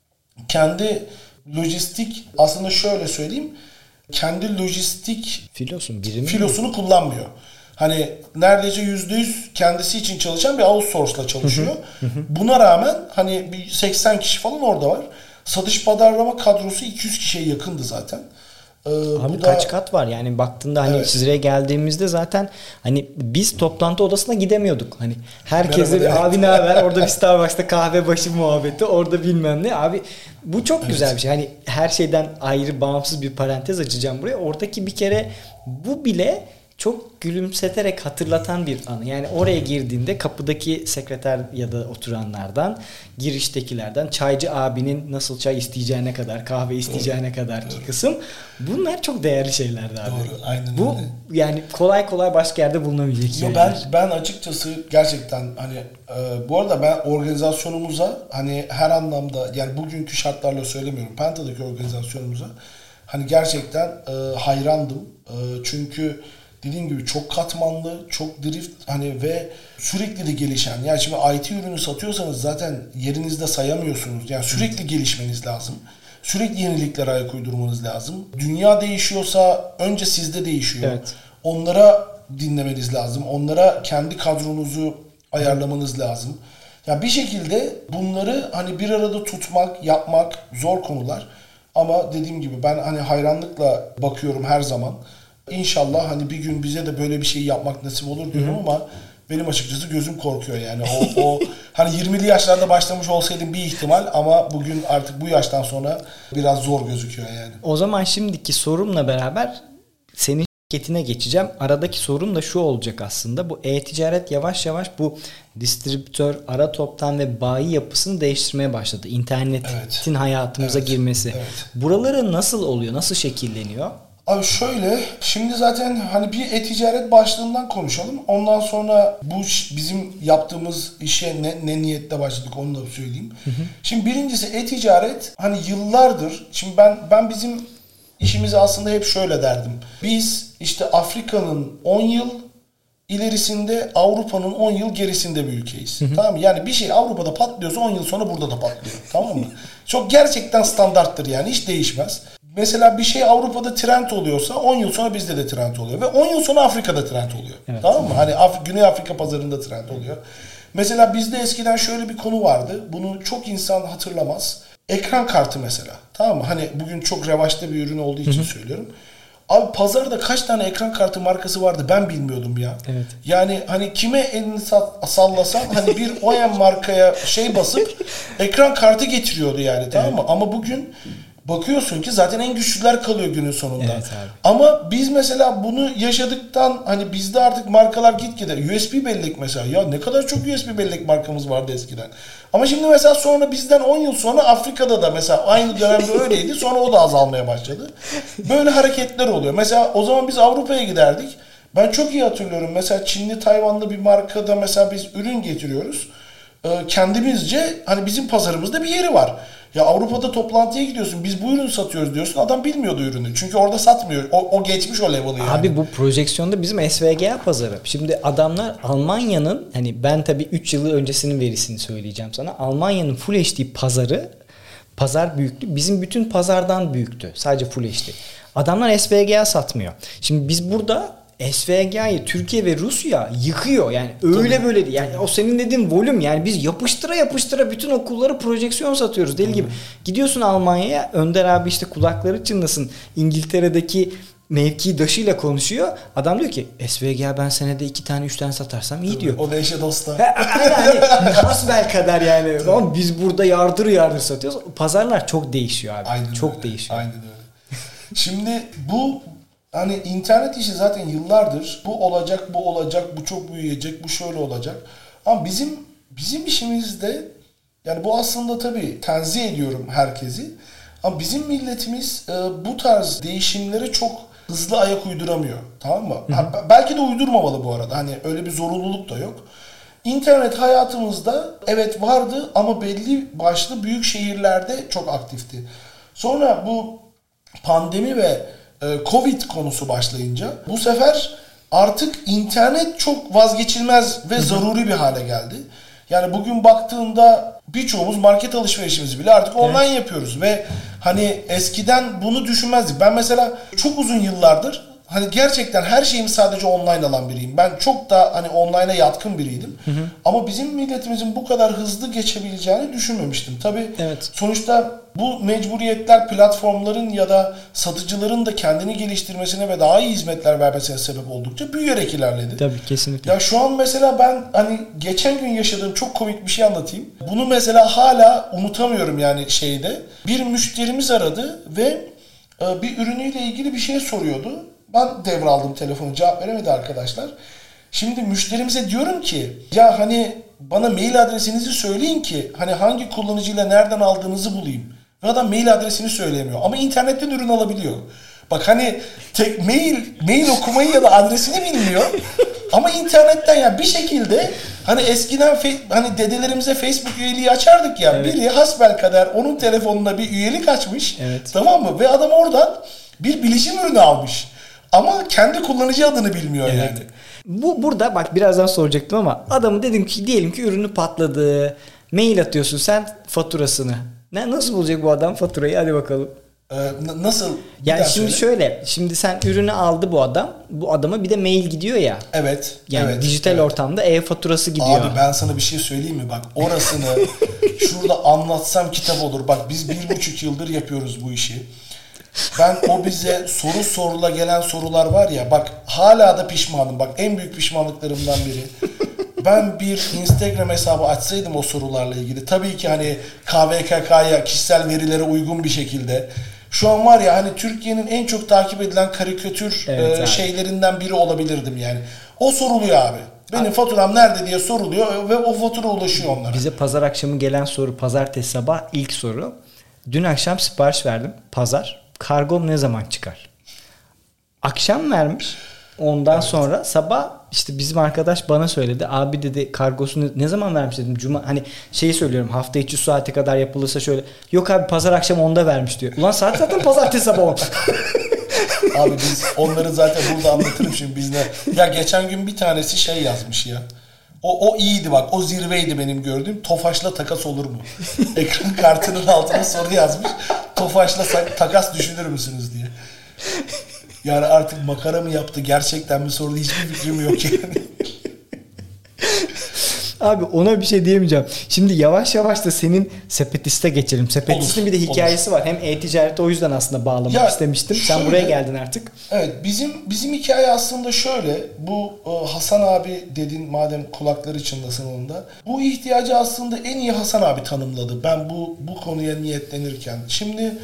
kendi lojistik, aslında şöyle söyleyeyim, kendi lojistik filosunu kullanmıyor. Hani neredeyse %100 kendisi için çalışan bir outsource'la çalışıyor. Buna rağmen hani bir 80 kişi falan orada var. Satış pazarlama kadrosu 200 kişiye yakındı zaten. Abi kaç kat var yani baktığında, hani evet, sizlere geldiğimizde zaten hani biz toplantı odasına gidemiyorduk. Hani herkese bir abi ne haber, orada bir Starbucks'ta kahve başı muhabbeti, orada bilmem ne. Abi bu çok güzel bir şey. Hani her şeyden ayrı, bağımsız bir parantez açacağım buraya. Oradaki bir kere bu bile çok gülümseterek hatırlatan bir anı. Yani oraya girdiğinde kapıdaki sekreter ya da oturanlardan, giriştekilerden, çaycı abinin nasıl çay isteyeceğine kadar, kahve isteyeceğine kadar ki kısım. Bunlar çok değerli şeylerdi abi. Doğru, aynen bu öyle. Yani kolay kolay başka yerde bulunabilecek şeyler. Ben açıkçası gerçekten hani bu arada ben organizasyonumuza hani her anlamda, yani bugünkü şartlarla söylemiyorum, Penta'daki organizasyonumuza hani gerçekten hayrandım. Çünkü dediğim gibi çok katmanlı, çok drift hani ve sürekli de gelişen. Yani şimdi IT ürünü satıyorsanız zaten yerinizde sayamıyorsunuz. Yani sürekli gelişmeniz lazım. Sürekli yeniliklere ayak uydurmanız lazım. Dünya değişiyorsa önce sizde değişiyor. Evet. Onlara dinlemeniz lazım. Onlara kendi kadronuzu ayarlamanız lazım. Yani bir şekilde bunları hani bir arada tutmak, yapmak zor konular. Ama dediğim gibi ben hani hayranlıkla bakıyorum her zaman. İnşallah hani bir gün bize de böyle bir şey yapmak nasip olur diyorum ama benim açıkçası gözüm korkuyor yani. O hani 20'li yaşlarda başlamış olsaydım bir ihtimal, ama bugün artık bu yaştan sonra biraz zor gözüküyor yani. O zaman şimdiki sorumla beraber senin şirketine geçeceğim. Aradaki sorum da şu olacak aslında. Bu e-ticaret yavaş yavaş bu distribütör, ara toptan ve bayi yapısını değiştirmeye başladı. İnternetin hayatımıza girmesi. Evet. Buraları nasıl oluyor? Nasıl şekilleniyor? Abi şöyle, şimdi zaten hani bir e-ticaret başlığından konuşalım. Ondan sonra bu bizim yaptığımız işe ne niyetle başladık onu da söyleyeyim. Şimdi birincisi e-ticaret hani yıllardır, şimdi ben bizim işimizi aslında hep şöyle derdim. Biz işte Afrika'nın 10 yıl ilerisinde, Avrupa'nın 10 yıl gerisinde bir ülkeyiz. Tamam mı? Yani bir şey Avrupa'da patlıyorsa 10 yıl sonra burada da patlıyor. Tamam mı? Çok gerçekten standarttır yani, hiç değişmez. Mesela bir şey Avrupa'da trend oluyorsa 10 yıl sonra bizde de trend oluyor. Ve 10 yıl sonra Afrika'da trend oluyor. Evet. Tamam mı? Hani Güney Afrika pazarında trend oluyor. Mesela bizde eskiden şöyle bir konu vardı. Bunu çok insan hatırlamaz. Ekran kartı mesela. Tamam mı? Hani bugün çok revaçta bir ürün olduğu için söylüyorum. Abi pazarda kaç tane ekran kartı markası vardı ben bilmiyordum ya. Evet. Yani hani kime elini sallasan hani bir OEM markaya basıp ekran kartı getiriyordu yani, tamam mı? Ama bugün bakıyorsun ki zaten en güçlüler kalıyor günün sonunda. Evet abi. Ama biz mesela bunu yaşadıktan hani bizde artık markalar gitgide USB bellek mesela ya ne kadar çok USB bellek markamız vardı eskiden. Ama şimdi mesela sonra bizden 10 yıl sonra Afrika'da da mesela aynı dönemde öyleydi. Sonra o da azalmaya başladı. Böyle hareketler oluyor. Mesela o zaman biz Avrupa'ya giderdik. Ben çok iyi hatırlıyorum. Mesela Çinli, Tayvanlı bir markada mesela biz ürün getiriyoruz. Kendimizce hani bizim pazarımızda bir yeri var. Ya Avrupa'da toplantıya gidiyorsun. Biz bu ürünü satıyoruz diyorsun. Adam bilmiyordu ürünü. Çünkü orada satmıyor. O geçmiş o level'ı yani. Abi bu projeksiyonda bizim SVGA pazarı. Şimdi adamlar Almanya'nın hani ben tabii 3 yıl öncesinin verisini söyleyeceğim sana. Almanya'nın Full HD pazar büyüklüğü bizim bütün pazardan büyüktü. Sadece Full HD. Adamlar SVGA satmıyor. Şimdi biz burada SVGA'yı Türkiye ve Rusya yıkıyor. Yani öyle böyle değil. Yani o senin dediğin volüm yani biz yapıştıra bütün okulları projeksiyon satıyoruz deli gibi. Gidiyorsun Almanya'ya, Önder abi işte kulakları çınlasın. İngiltere'deki mevkidaşıyla konuşuyor. Adam diyor ki SVGA ben senede 2 tane 3 tane satarsam iyi diyor. O da eşe dosta. Yani hasbelkader yani. Ama biz burada yardır satıyoruz. Pazarlar çok değişiyor abi. Aynen çok öyle. değişiyor. Aynen öyle. Şimdi bu hani internet işi zaten yıllardır bu olacak, bu çok büyüyecek, bu şöyle olacak. Ama bizim işimizde yani bu aslında tabii tenzih ediyorum herkesi. Ama bizim milletimiz bu tarz değişimlere çok hızlı ayak uyduramıyor. Tamam mı? Belki de uydurmamalı bu arada. Hani öyle bir zorunluluk da yok. İnternet hayatımızda evet vardı ama belli başlı büyük şehirlerde çok aktifti. Sonra bu pandemi ve Covid konusu başlayınca bu sefer artık internet çok vazgeçilmez ve zaruri bir hale geldi. Yani bugün baktığında birçoğumuz market alışverişimizi bile artık online yapıyoruz ve hani eskiden bunu düşünmezdik. Ben mesela çok uzun yıllardır hani gerçekten her şeyimi sadece online alan biriyim. Ben çok da hani online'a yatkın biriydim. Ama bizim milletimizin bu kadar hızlı geçebileceğini düşünmemiştim. Tabii sonuçta bu mecburiyetler platformların ya da satıcıların da kendini geliştirmesine ve daha iyi hizmetler vermesine sebep oldukça büyüyerek ilerledi. Tabii kesinlikle. Ya şu an mesela ben hani geçen gün yaşadığım çok komik bir şey anlatayım. Bunu mesela hala unutamıyorum yani şeyde. Bir müşterimiz aradı ve bir ürünüyle ilgili bir şey soruyordu. Ben devraldım telefonu, cevap veremedi arkadaşlar. Şimdi müşterimize diyorum ki ya hani bana mail adresinizi söyleyin ki hani hangi kullanıcıyla nereden aldığınızı bulayım. Ve adam mail adresini söyleyemiyor ama internetten ürün alabiliyor. Bak hani tek mail okumayı ya da adresini bilmiyor. Ama internetten ya bir şekilde hani eskiden hani dedelerimize Facebook üyeliği açardık ya. Evet. Biri hasbelkader onun telefonuna bir üyelik açmış. Evet. Tamam mı? Ve adam oradan bir bilişim ürünü almış. Ama kendi kullanıcı adını bilmiyor yani. Burada bak birazdan soracaktım ama adamı dedim ki diyelim ki ürünü patladı. Mail atıyorsun sen faturasını. Nasıl bulacak bu adam faturayı? Hadi bakalım. Nasıl? Yani şimdi şöyle. Şimdi sen ürünü aldı bu adam. Bu adama bir de mail gidiyor ya. Evet. Yani dijital ortamda e-faturası gidiyor. Abi ben sana bir şey söyleyeyim mi? Bak orasını şurada anlatsam kitap olur. Bak biz 1,5 yıldır yapıyoruz bu işi. Ben o bize sorula gelen sorular var ya. Bak hala da pişmanım. Bak en büyük pişmanlıklarımdan biri. Ben bir Instagram hesabı açsaydım o sorularla ilgili. Tabii ki hani KVKK'ya, kişisel verilere uygun bir şekilde. Şu an var ya hani Türkiye'nin en çok takip edilen karikatür şeylerinden biri olabilirdim yani. O soruluyor abi. Benim faturam nerede diye soruluyor ve o fatura ulaşıyor onlara. Bize pazar akşamı gelen soru, pazartesi sabah ilk soru. Dün akşam sipariş verdim. Pazar. Kargom ne zaman çıkar? Akşam vermiş. Ondan sonra sabah işte bizim arkadaş bana söyledi. Abi dedi kargosunu ne zaman vermiş dedim. Cuma hani şeyi söylüyorum hafta içi saate kadar yapılırsa şöyle. Yok abi pazar akşam 10'da vermiş diyor. Ulan saat zaten pazartesi sabah 10. Abi biz onları zaten burada anlatırım şimdi bizde. Ya geçen gün bir tanesi şey yazmış ya. O iyiydi bak. O zirveydi benim gördüğüm. Tofaş'la takas olur mu? Ekran kartının altına soru yazmış. Tofaş'la takas düşünür müsünüz diye. Yani artık makara mı yaptı gerçekten mi sordu hiçbir fikrim yok yani. Abi ona bir şey diyemeyeceğim. Şimdi yavaş yavaş da senin Sepetist'e geçelim. Sepetist'in bir de hikayesi var. Hem e-ticarete o yüzden aslında bağlamak istemiştim. Şöyle, sen buraya geldin artık. Evet bizim hikaye aslında şöyle. Bu Hasan abi dedin madem kulakları çınlasın onda. Bu ihtiyacı aslında en iyi Hasan abi tanımladı. Ben bu konuya niyetlenirken. Şimdi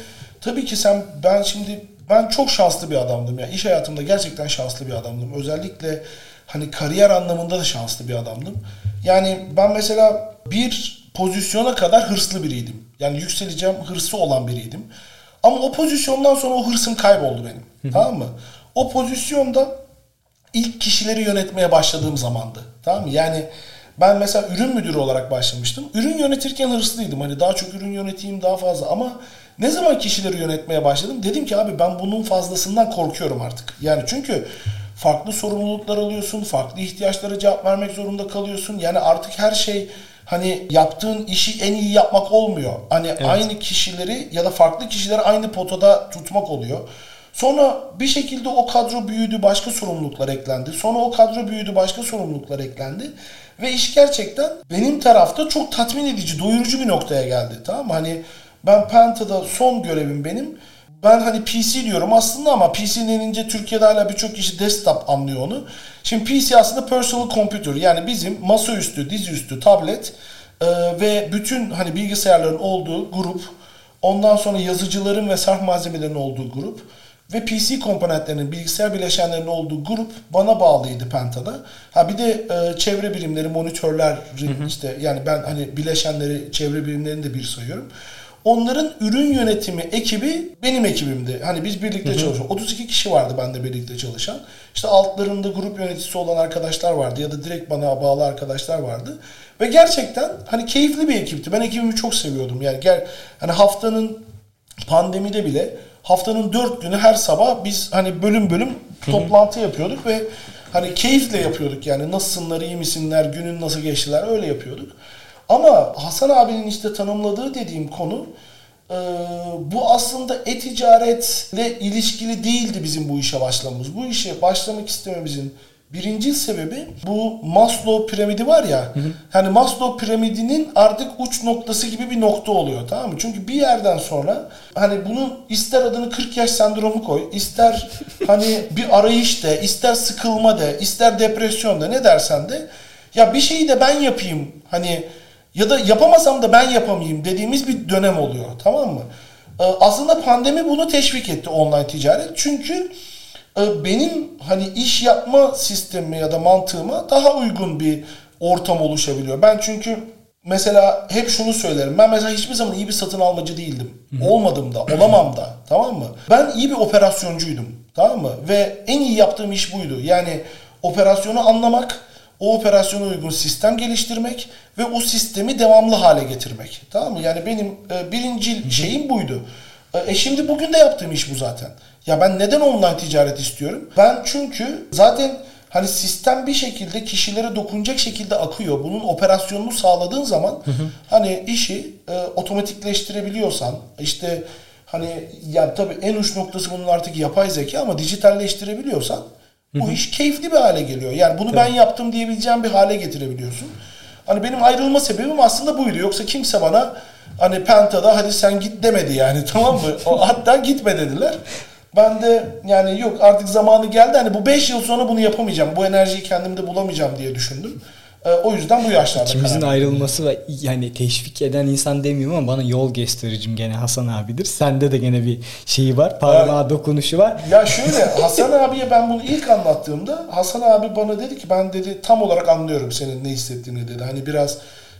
tabii ki ben çok şanslı bir adamdım ya. İş hayatımda gerçekten şanslı bir adamdım. Özellikle hani kariyer anlamında da şanslı bir adamdım. Yani ben mesela bir pozisyona kadar hırslı biriydim. Yani yükseleceğim hırsı olan biriydim. Ama o pozisyondan sonra o hırsım kayboldu benim. Tamam mı? O pozisyonda ilk kişileri yönetmeye başladığım zamandı. Tamam mı? Yani ben mesela ürün müdürü olarak başlamıştım. Ürün yönetirken hırslıydım. Hani daha çok ürün yöneteyim, daha fazla. Ama ne zaman kişileri yönetmeye başladım? Dedim ki abi ben bunun fazlasından korkuyorum artık. Yani çünkü farklı sorumluluklar alıyorsun, farklı ihtiyaçlara cevap vermek zorunda kalıyorsun. Yani artık her şey hani yaptığın işi en iyi yapmak olmuyor. Hani evet. Aynı kişileri ya da farklı kişileri aynı potada tutmak oluyor. Sonra bir şekilde o kadro büyüdü, başka sorumluluklar eklendi. Sonra o kadro büyüdü, başka sorumluluklar eklendi. Ve iş gerçekten benim tarafta çok tatmin edici, doyurucu bir noktaya geldi. Tamam mı? Hani ben Penta'da son görevim benim. Ben hani PC diyorum aslında ama PC denince Türkiye'de hala birçok kişi desktop anlıyor onu. Şimdi PC aslında personal computer, yani bizim masaüstü, dizüstü, tablet ve bütün hani bilgisayarların olduğu grup. Ondan sonra yazıcıların ve sarf malzemelerinin olduğu grup. Ve PC komponentlerinin, bilgisayar bileşenlerinin olduğu grup bana bağlıydı Penta'da. Ha bir de çevre birimleri, monitörler işte, yani ben hani bileşenleri, çevre birimlerini de bir sayıyorum. Onların ürün yönetimi ekibi benim ekibimdi. Hani biz birlikte çalışıyoruz. 32 kişi vardı bende birlikte çalışan. İşte altlarında grup yöneticisi olan arkadaşlar vardı ya da direkt bana bağlı arkadaşlar vardı. Ve gerçekten hani keyifli bir ekipti. Ben ekibimi çok seviyordum. Yani hani haftanın, pandemide bile haftanın 4 günü her sabah biz hani bölüm bölüm toplantı yapıyorduk ve hani keyifle yapıyorduk. Yani nasılsınlar, iyi misinler, günün nasıl geçtiler, öyle yapıyorduk. Ama Hasan abinin işte tanımladığı dediğim konu bu aslında e-ticaretle ilişkili değildi bizim bu işe başlamamız. Bu işe başlamak istememizin birinci sebebi bu Maslow piramidi var ya. Hani Maslow piramidinin artık uç noktası gibi bir nokta oluyor, tamam mı? Çünkü bir yerden sonra hani bunun ister adını 40 yaş sendromu koy, ister hani bir arayış de, ister sıkılma de, ister depresyon de, ne dersen de, ya bir şeyi de ben yapayım hani, ya da yapamasam da ben yapamayayım dediğimiz bir dönem oluyor, tamam mı? Aslında pandemi bunu teşvik etti, online ticaret. Çünkü benim hani iş yapma sistemime ya da mantığıma daha uygun bir ortam oluşabiliyor. Ben çünkü mesela hep şunu söylerim. Ben mesela hiçbir zaman iyi bir satın almacı değildim. Olmadım da, olamam da, tamam mı? Ben iyi bir operasyoncuydum, tamam mı? Ve en iyi yaptığım iş buydu. Yani operasyonu anlamak, o operasyona uygun sistem geliştirmek ve o sistemi devamlı hale getirmek. Tamam mı? Yani benim birinci şeyim buydu. Şimdi bugün de yaptığım iş bu zaten. Ya ben neden online ticaret istiyorum? Ben çünkü zaten hani sistem bir şekilde kişilere dokunacak şekilde akıyor. Bunun operasyonunu sağladığın zaman hani işi otomatikleştirebiliyorsan, işte hani ya tabii en uç noktası bunun artık yapay zeka, ama dijitalleştirebiliyorsan bu iş keyifli bir hale geliyor. Yani bunu ben yaptım diyebileceğim bir hale getirebiliyorsun. Hani benim ayrılma sebebim aslında buydu. Yoksa kimse bana hani Penta'da hadi sen git demedi yani, tamam mı? Hatta gitme dediler. Ben de yani yok artık zamanı geldi. Hani bu 5 yıl sonra bunu yapamayacağım. Bu enerjiyi kendimde bulamayacağım diye düşündüm. O yüzden bu yaşlarda İkimizin ayrılması ve yani teşvik eden insan demiyorum ama bana yol göstericim gene Hasan abidir. Sende de gene bir şeyi var. Parmağı dokunuşu var. Ya şöyle, Hasan abiye ben bunu ilk anlattığımda Hasan abi bana dedi ki, ben dedi tam olarak anlıyorum senin ne hissettiğini dedi. Hani biraz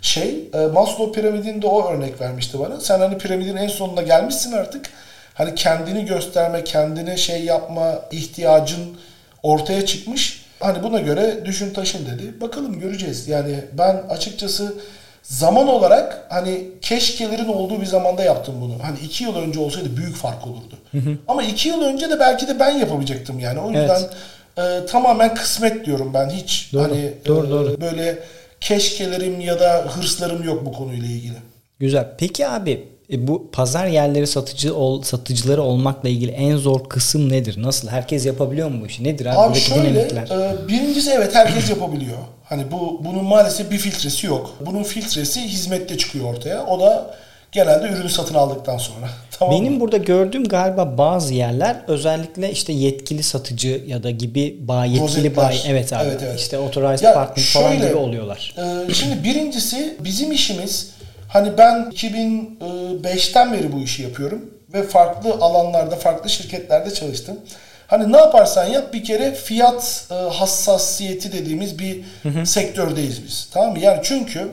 Maslow piramidinde o örnek vermişti bana. Sen hani piramidin en sonuna gelmişsin artık. Hani kendini gösterme, kendine yapma ihtiyacın ortaya çıkmış. Hani buna göre düşün taşın dedi. Bakalım, göreceğiz. Yani ben açıkçası zaman olarak hani keşkelerin olduğu bir zamanda yaptım bunu. Hani 2 yıl önce olsaydı büyük fark olurdu. Ama 2 yıl önce de belki de ben yapabilecektim yani. O yüzden tamamen kısmet diyorum ben. Hiç doğru, hani doğru. böyle keşkelerim ya da hırslarım yok bu konuyla ilgili. Güzel. Peki abi, bu pazar yerleri satıcıları olmakla ilgili en zor kısım nedir? Nasıl? Herkes yapabiliyor mu bu işi? Nedir abi? Abi şöyle, birincisi evet herkes yapabiliyor. Hani bunun maalesef bir filtresi yok. Bunun filtresi hizmette çıkıyor ortaya. O da genelde ürünü satın aldıktan sonra. Tamam Benim mı? burada gördüğüm galiba bazı yerler özellikle işte yetkili satıcı ya da gibi yetkili bayi. Evet abi. Evet. İşte authorized partner falan gibi oluyorlar. Şimdi birincisi bizim işimiz, hani ben 2005'ten beri bu işi yapıyorum ve farklı alanlarda, farklı şirketlerde çalıştım. Hani ne yaparsan yap bir kere fiyat hassasiyeti dediğimiz bir sektördeyiz biz. Tamam mı? Yani çünkü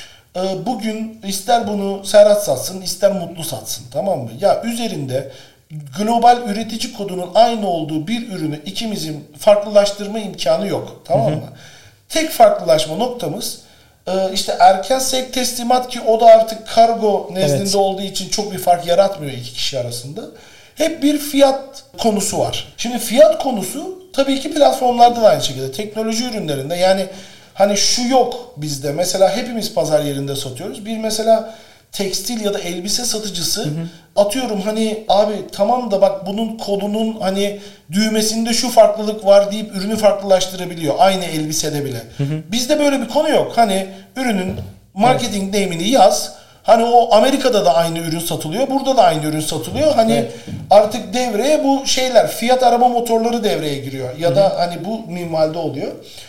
bugün ister bunu Serhat satsın, ister Mutlu satsın. Tamam mı? Ya üzerinde global üretici kodunun aynı olduğu bir ürünü ikimizin farklılaştırma imkanı yok. Tamam mı? Tek farklılaşma noktamız işte erken sevk teslimat, ki o da artık kargo nezdinde olduğu için çok bir fark yaratmıyor iki kişi arasında. Hep bir fiyat konusu var. Şimdi fiyat konusu tabii ki platformlarda da aynı şekilde. Teknoloji ürünlerinde yani hani şu yok bizde. Mesela hepimiz pazar yerinde satıyoruz. Bir mesela tekstil ya da elbise satıcısı atıyorum hani abi tamam da bak bunun kodunun hani düğmesinde şu farklılık var deyip ürünü farklılaştırabiliyor. Aynı elbisede bile. Bizde böyle bir konu yok. Hani ürünün marketing name'ini yaz. Hani o Amerika'da da aynı ürün satılıyor. Burada da aynı ürün satılıyor. Hani artık devreye bu şeyler, fiyat arama motorları devreye giriyor. Ya da hani bu minvalde oluyor.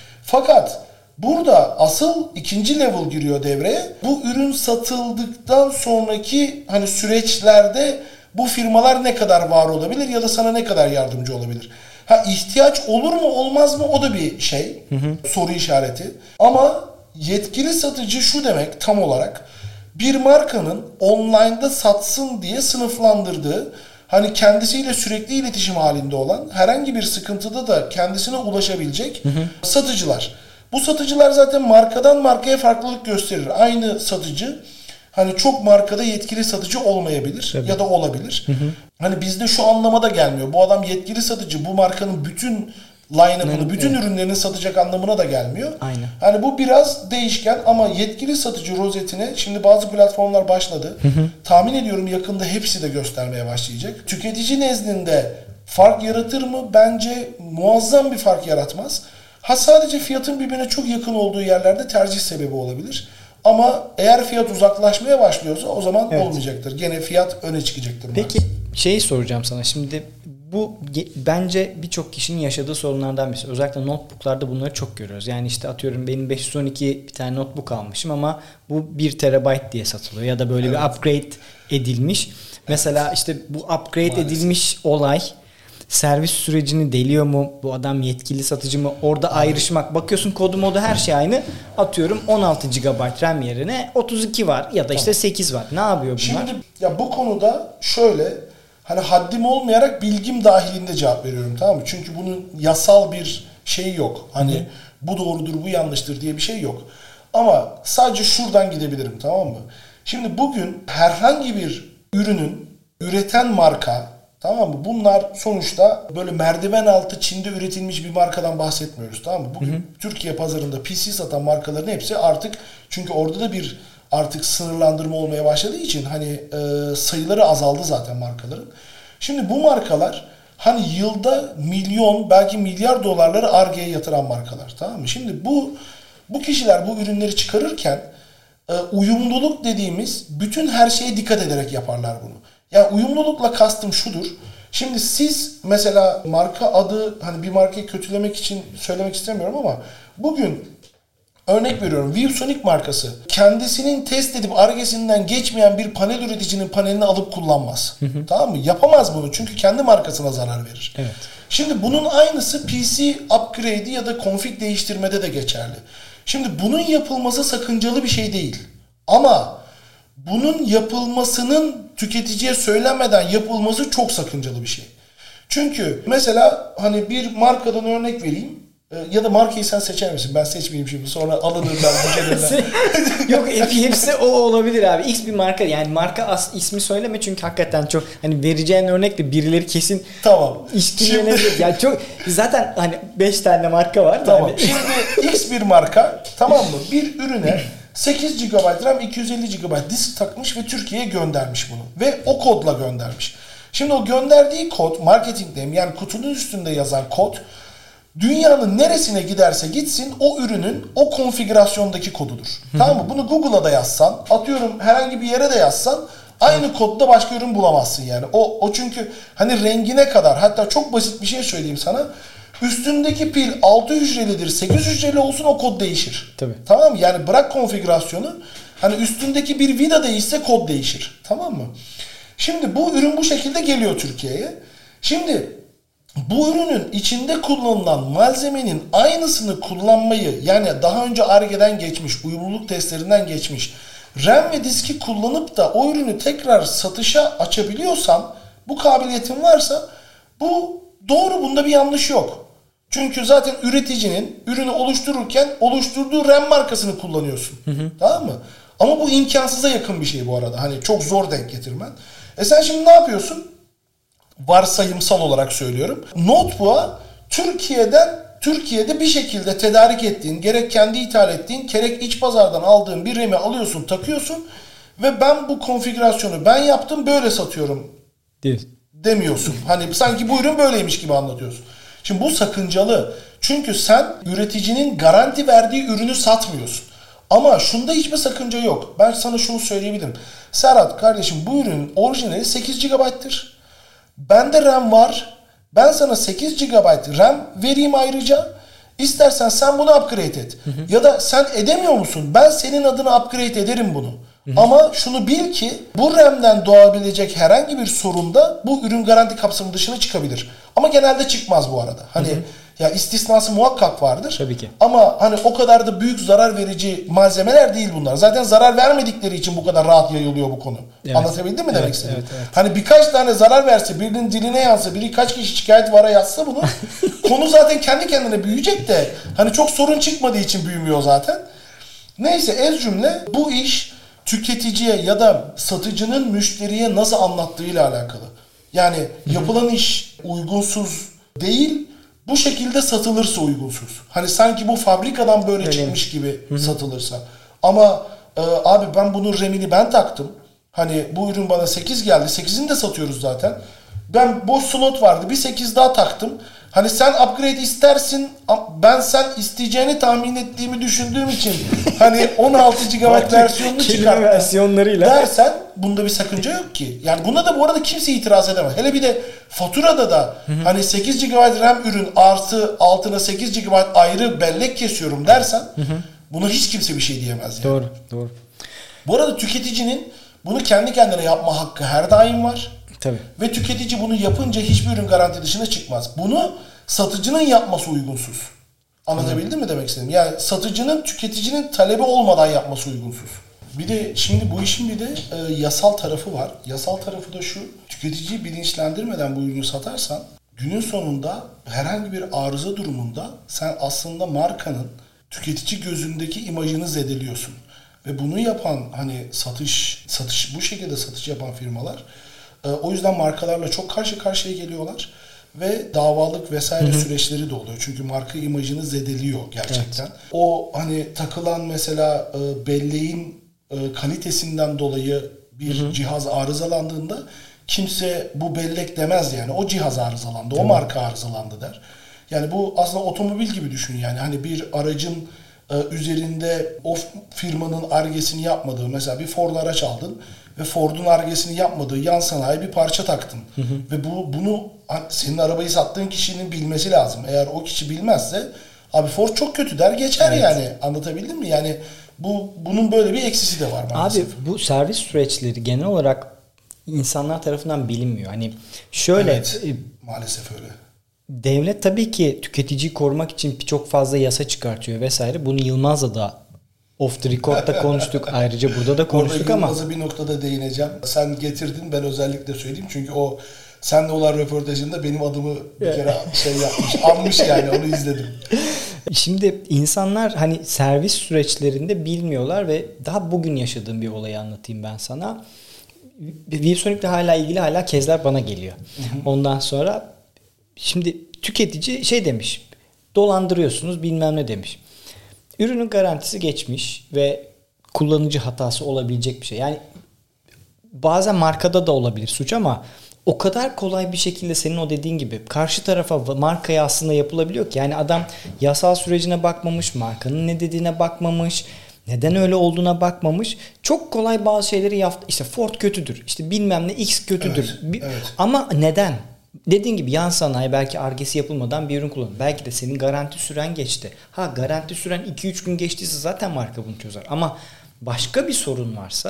Fakat burada asıl ikinci level giriyor devreye. Bu ürün satıldıktan sonraki hani süreçlerde bu firmalar ne kadar var olabilir ya da sana ne kadar yardımcı olabilir? Ha, ihtiyaç olur mu olmaz mı, o da bir şey. Soru işareti. Ama yetkili satıcı şu demek tam olarak: bir markanın online'da satsın diye sınıflandırdığı, hani kendisiyle sürekli iletişim halinde olan, herhangi bir sıkıntıda da kendisine ulaşabilecek satıcılar. Bu satıcılar zaten markadan markaya farklılık gösterir. Aynı satıcı hani çok markada yetkili satıcı olmayabilir. Tabii. Ya da olabilir. Hani bizde şu anlamada gelmiyor. Bu adam yetkili satıcı, bu markanın bütün line-up'ını, bütün ürünlerini satacak anlamına da gelmiyor. Aynen. Hani bu biraz değişken ama yetkili satıcı rozetine şimdi bazı platformlar başladı. Tahmin ediyorum yakında hepsi de göstermeye başlayacak. Tüketici nezdinde fark yaratır mı? Bence muazzam bir fark yaratmaz. Ha, sadece fiyatın birbirine çok yakın olduğu yerlerde tercih sebebi olabilir. Ama eğer fiyat uzaklaşmaya başlıyorsa o zaman olmayacaktır. Gene fiyat öne çıkacaktır. Peki şeyi soracağım sana. Şimdi bu bence birçok kişinin yaşadığı sorunlardan birisi. Özellikle notebooklarda bunları çok görüyoruz. Yani işte atıyorum benim 512 bir tane notebook almışım ama bu 1 terabayt diye satılıyor. Ya da böyle bir upgrade edilmiş. Mesela işte bu upgrade edilmiş olay servis sürecini deliyor mu? Bu adam yetkili satıcı mı? Orada ayrışmak. Bakıyorsun kodu modu her şey aynı. Atıyorum 16 GB RAM yerine 32 var ya da işte 8 var. Ne yapıyor bunlar? Şimdi ya bu konuda şöyle, hani haddim olmayarak bilgim dahilinde cevap veriyorum, tamam mı? Çünkü bunun yasal bir şeyi yok. Hani bu doğrudur, bu yanlıştır diye bir şey yok. Ama sadece şuradan gidebilirim, tamam mı? Şimdi bugün herhangi bir ürünün üreten marka, tamam mı? Bunlar sonuçta böyle merdiven altı Çin'de üretilmiş bir markadan bahsetmiyoruz, tamam mı? Bugün Türkiye pazarında PC satan markaların hepsi artık, çünkü orada da bir artık sınırlandırma olmaya başladığı için hani sayıları azaldı zaten markaların. Şimdi bu markalar hani yılda milyon belki milyar dolarları Ar-Ge'ye yatıran markalar, tamam mı? Şimdi bu kişiler bu ürünleri çıkarırken uyumluluk dediğimiz bütün her şeye dikkat ederek yaparlar bunu. Yani uyumlulukla kastım şudur. Şimdi siz mesela marka adı, hani bir markayı kötülemek için söylemek istemiyorum ama bugün örnek veriyorum, ViewSonic markası kendisinin test edip Ar-Ge'sinden geçmeyen bir panel üreticinin panelini alıp kullanmaz. Tamam mı? Yapamaz bunu çünkü kendi markasına zarar verir. Evet. Şimdi bunun aynısı PC upgrade'i ya da config değiştirmede de geçerli. Şimdi bunun yapılması sakıncalı bir şey değil. Ama bunun yapılmasının tüketiciye söylenmeden yapılması çok sakıncalı bir şey. Çünkü mesela hani bir markadan örnek vereyim. Ya da markayı sen seçer misin? Ben seçmeyeyim şimdi. Sonra alınırlar, gücenirler. Yok, hepsi o olabilir abi. X bir marka, yani marka ismi söyleme çünkü hakikaten çok hani vereceğin örnekle birileri kesin tamam. işkillenebilir. Yani çok zaten hani 5 tane marka var. Tamam. Hani. Şimdi X bir marka, tamam mı? Bir ürüne 8 GB RAM, 250 GB disk takmış ve Türkiye'ye göndermiş bunu. Ve o kodla göndermiş. Şimdi o gönderdiği kod, marketing name, yani kutunun üstünde yazan kod, dünyanın neresine giderse gitsin o ürünün o konfigürasyondaki kodudur. Tamam mı? Bunu Google'a da yazsan, atıyorum herhangi bir yere de yazsan aynı kodda başka ürün bulamazsın yani. O çünkü hani rengine kadar, hatta çok basit bir şey söyleyeyim sana. Üstündeki pil 6 hücrelidir, 8 hücreli olsun o kod değişir. Tabii. Tamam mı? Yani bırak konfigürasyonu. Hani üstündeki bir vida değişse kod değişir. Tamam mı? Şimdi bu ürün bu şekilde geliyor Türkiye'ye. Şimdi bu ürünün içinde kullanılan malzemenin aynısını kullanmayı, yani daha önce Ar-Ge'den geçmiş, uyumluluk testlerinden geçmiş RAM ve diski kullanıp da o ürünü tekrar satışa açabiliyorsan, bu kabiliyetin varsa bu doğru, bunda bir yanlış yok. Çünkü zaten üreticinin ürünü oluştururken oluşturduğu RAM markasını kullanıyorsun. Tamam mı? Ama bu imkansıza yakın bir şey bu arada. Hani çok zor denk getirmen. Sen şimdi ne yapıyorsun? Varsayımsal olarak söylüyorum. Notebook'a Türkiye'de bir şekilde tedarik ettiğin, gerek kendi ithal ettiğin, gerek iç pazardan aldığın bir RAM'i alıyorsun, takıyorsun ve ben bu konfigürasyonu ben yaptım, böyle satıyorum demiyorsun. Hani sanki bu ürün böyleymiş gibi anlatıyorsun. Şimdi bu sakıncalı. Çünkü sen üreticinin garanti verdiği ürünü satmıyorsun. Ama şunda hiçbir sakınca yok. Ben sana şunu söyleyebilirim. Serhat kardeşim, bu ürünün orijinali 8 GB'tır. Bende RAM var. Ben sana 8 GB RAM vereyim ayrıca. İstersen sen bunu upgrade et. Ya da sen edemiyor musun? Ben senin adına upgrade ederim bunu. Ama şunu bil ki bu RAM'den doğabilecek herhangi bir sorunda bu ürün garanti kapsamı dışına çıkabilir. Ama genelde çıkmaz bu arada. Hani ya istisnası muhakkak vardır. Tabii ki. Ama hani o kadar da büyük zarar verici malzemeler değil bunlar. Zaten zarar vermedikleri için bu kadar rahat yayılıyor bu konu. Evet. Anlatabildim mi demek istedim? Evet. Hani birkaç tane zarar verse, birinin diline yansa, birkaç kişi şikayet vara yazsa bunu, konu zaten kendi kendine büyüyecek de hani çok sorun çıkmadığı için büyümüyor zaten. Neyse, ez cümle bu iş tüketiciye ya da satıcının müşteriye nasıl anlattığıyla alakalı. Yani yapılan iş uygunsuz değil, bu şekilde satılırsa uygunsuz. Hani sanki bu fabrikadan böyle çıkmış gibi satılırsa. Ama abi ben bunun RAM'ini ben taktım. Hani bu ürün bana 8 geldi. 8'ini de satıyoruz zaten. Ben boş slot vardı. Bir 8 daha taktım. Hani sen upgrade istersin. Ben sen isteyeceğini tahmin ettiğimi düşündüğüm için hani 16 GB versiyonunu çıkarttım dersen bunda bir sakınca yok ki. Yani buna da bu arada kimse itiraz edemez. Hele bir de faturada da hani 8 GB RAM ürün artı altına 8 GB ayrı bellek kesiyorum dersen buna hiç kimse bir şey diyemez. Yani. Doğru. Bu arada tüketicinin bunu kendi kendine yapma hakkı her daim var. Tabii. Ve tüketici bunu yapınca hiçbir ürün garanti dışına çıkmaz. Bunu satıcının yapması uygunsuz. Anlatabildim mi demek istedim? Yani satıcının tüketicinin talebi olmadan yapması uygunsuz. Bir de şimdi bu işin bir de yasal tarafı var. Yasal tarafı da şu: tüketiciyi bilinçlendirmeden bu ürünü satarsan günün sonunda herhangi bir arıza durumunda sen aslında markanın tüketici gözündeki imajını zedeliyorsun. Ve bunu yapan hani satış bu şekilde satış yapan firmalar o yüzden markalarla çok karşı karşıya geliyorlar ve davalık vesaire süreçleri de oluyor. Çünkü marka imajını zedeliyor gerçekten. Evet. O hani takılan mesela belleğin kalitesinden dolayı bir cihaz arızalandığında kimse bu bellek demez yani. O cihaz arızalandı, o marka arızalandı der. Yani bu aslında otomobil gibi düşün yani. Hani bir aracın üzerinde o firmanın Ar-Ge'sini yapmadığı, mesela bir Ford araç aldın ve Ford'un Ar-Ge'sini yapmadığı yan sanayi bir parça taktın. Ve bunu senin arabayı sattığın kişinin bilmesi lazım. Eğer o kişi bilmezse abi Ford çok kötü der geçer yani. Anlatabildim mi? Yani bunun böyle bir eksisi de var maalesef. Abi bu servis süreçleri genel olarak insanlar tarafından bilinmiyor. Hani şöyle maalesef öyle. Devlet tabii ki tüketiciyi korumak için çok fazla yasa çıkartıyor vesaire. Bunu Yılmaz'la da off the record'da konuştuk. Ayrıca burada da konuştuk ama. Yılmaz'a bir noktada değineceğim. Sen getirdin, ben özellikle söyleyeyim. Çünkü o senle olan röportajında benim adımı bir kere anmış yani, onu izledim. Şimdi insanlar hani servis süreçlerinde bilmiyorlar ve daha bugün yaşadığım bir olayı anlatayım ben sana. ViewSonic'le hala kezler bana geliyor. Ondan sonra şimdi tüketici şey demiş, dolandırıyorsunuz bilmem ne demiş. Ürünün garantisi geçmiş ve kullanıcı hatası olabilecek bir şey. Yani bazen markada da olabilir suç ama o kadar kolay bir şekilde senin o dediğin gibi karşı tarafa, markaya aslında yapılabiliyor ki. Yani adam yasal sürecine bakmamış, markanın ne dediğine bakmamış, neden öyle olduğuna bakmamış. Çok kolay bazı şeyleri yaptı. İşte Ford kötüdür, işte bilmem ne X kötüdür. Evet. Ama neden? Dediğin gibi yan sanayi belki Ar-Ge'si yapılmadan bir ürün kullanıyor. Belki de senin garanti süren geçti. Garanti süren 2-3 gün geçtiyse zaten marka bunu çözer. Ama başka bir sorun varsa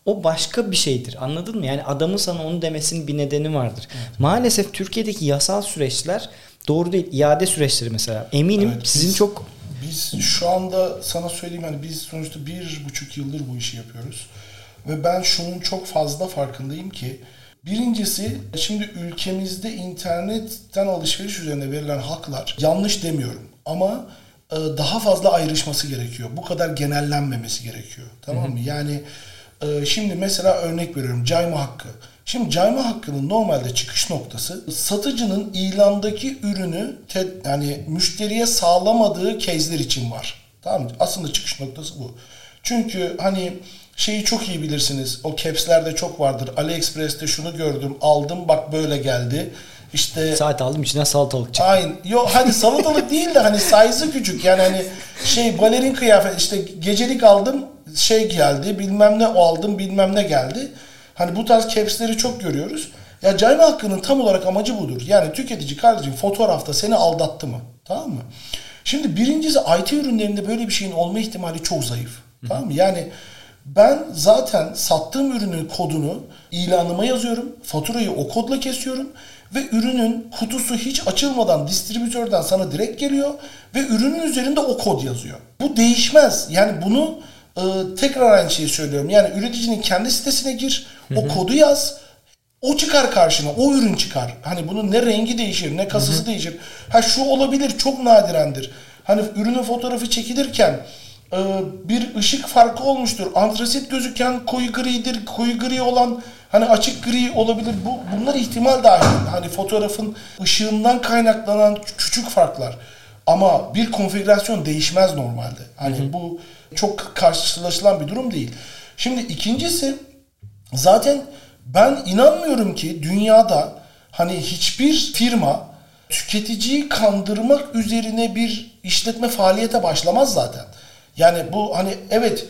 o başka bir şeydir. Anladın mı? Yani adamın sana onu demesinin bir nedeni vardır. Evet. Maalesef Türkiye'deki yasal süreçler doğru değil. İade süreçleri mesela. Eminim evet, sizin çok... Biz şu anda sana söyleyeyim, hani biz sonuçta 1,5 yıldır bu işi yapıyoruz. Ve ben şunun çok fazla farkındayım ki, birincisi, şimdi ülkemizde internetten alışveriş üzerine verilen haklar, yanlış demiyorum ama daha fazla ayrışması gerekiyor. Bu kadar genellenmemesi gerekiyor. Tamam mı? Yani şimdi mesela örnek veriyorum, cayma hakkı. Şimdi cayma hakkının normalde çıkış noktası, satıcının ilandaki ürünü yani müşteriye sağlamadığı case'ler için var. Tamam mı? Aslında çıkış noktası bu. Çünkü hani şeyi çok iyi bilirsiniz. O caps'lerde çok vardır. AliExpress'te şunu gördüm, aldım, bak böyle geldi. İşte saat aldım, içinden salatalık çıktı. Aynen. Yok hani salatalık değil de hani size'ı küçük. Yani hani balerin kıyafet, işte gecelik aldım, geldi, bilmem ne aldım, bilmem ne geldi. Hani bu tarz caps'leri çok görüyoruz. Ya cayma hakkının tam olarak amacı budur. Yani tüketici kardeşim fotoğrafta seni aldattı mı? Tamam mı? Şimdi birincisi, IT ürünlerinde böyle bir şeyin olma ihtimali çok zayıf. Tamam mı? Yani ben zaten sattığım ürünün kodunu ilanıma yazıyorum. Faturayı o kodla kesiyorum. Ve ürünün kutusu hiç açılmadan distribütörden sana direkt geliyor. Ve ürünün üzerinde o kod yazıyor. Bu değişmez. Yani bunu tekrar aynı şeyi söylüyorum. Yani üreticinin kendi sitesine gir. O kodu yaz. O çıkar karşına. O ürün çıkar. Hani bunun ne rengi değişir, ne kasası değişir. Ha şu olabilir, çok nadirendir. Hani ürünün fotoğrafı çekilirken bir ışık farkı olmuştur. Antrasit gözüken koyu gridir. Koyu gri olan hani açık gri olabilir. Bunlar ihtimal dahil. Hani fotoğrafın ışığından kaynaklanan küçük farklar. Ama bir konfigürasyon değişmez normalde. Hani bu çok karşılaşılan bir durum değil. Şimdi ikincisi, zaten ben inanmıyorum ki dünyada hani hiçbir firma tüketiciyi kandırmak üzerine bir işletme faaliyete başlamaz zaten. Yani bu hani evet,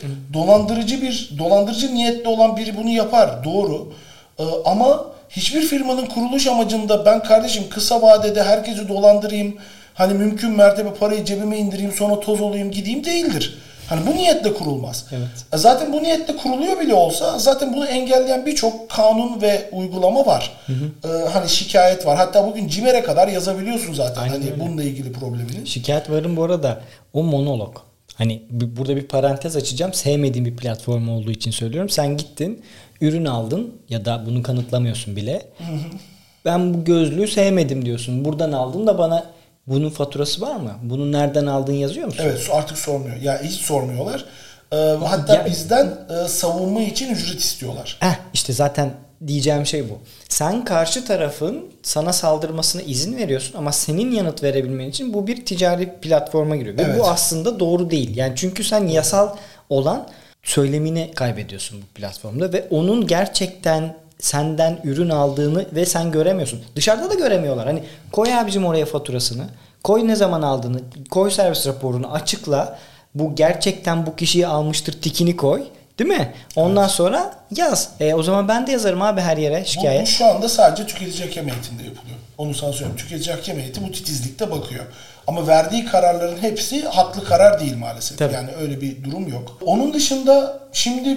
dolandırıcı niyetli olan biri bunu yapar, doğru. Ama hiçbir firmanın kuruluş amacında ben kardeşim kısa vadede herkesi dolandırayım, hani mümkün mertebe parayı cebime indireyim, sonra toz olayım gideyim değildir. Hani bu niyetle kurulmaz. Evet. Zaten bu niyetle kuruluyor bile olsa zaten bunu engelleyen birçok kanun ve uygulama var. Hani şikayet var. Hatta bugün CİMER'e kadar yazabiliyorsun zaten. Aynen hani öyle. Bununla ilgili problemini. Şikayet varın bu arada o monolog. Hani burada bir parantez açacağım. Sevmediğim bir platform olduğu için söylüyorum. Sen gittin, ürün aldın ya da bunu kanıtlamıyorsun bile. Ben bu gözlüğü sevmedim diyorsun. Buradan aldın da bana bunun faturası var mı? Bunu nereden aldın yazıyor musun? Evet, artık sormuyor. Ya hiç sormuyorlar. Hatta bizden savunma için ücret istiyorlar. İşte zaten diyeceğim şey bu. Sen karşı tarafın sana saldırmasına izin veriyorsun ama senin yanıt verebilmen için bu bir ticari platforma giriyor. Ve bu aslında doğru değil. Yani çünkü sen yasal olan söylemini kaybediyorsun bu platformda ve onun gerçekten senden ürün aldığını ve sen göremiyorsun. Dışarıda da göremiyorlar. Hani koy abicim oraya faturasını, koy ne zaman aldığını, koy servis raporunu, açıkla. Bu gerçekten bu kişiyi almıştır tikini koy. Değil mi? Ondan sonra yaz. O zaman ben de yazarım abi her yere şikayet. Bu şu anda sadece tüketici hakem heyetinde yapılıyor. Onu sana söyleyeyim. Tüketici hakem heyeti bu titizlikte bakıyor. Ama verdiği kararların hepsi haklı karar değil maalesef. Tabii. Yani öyle bir durum yok. Onun dışında şimdi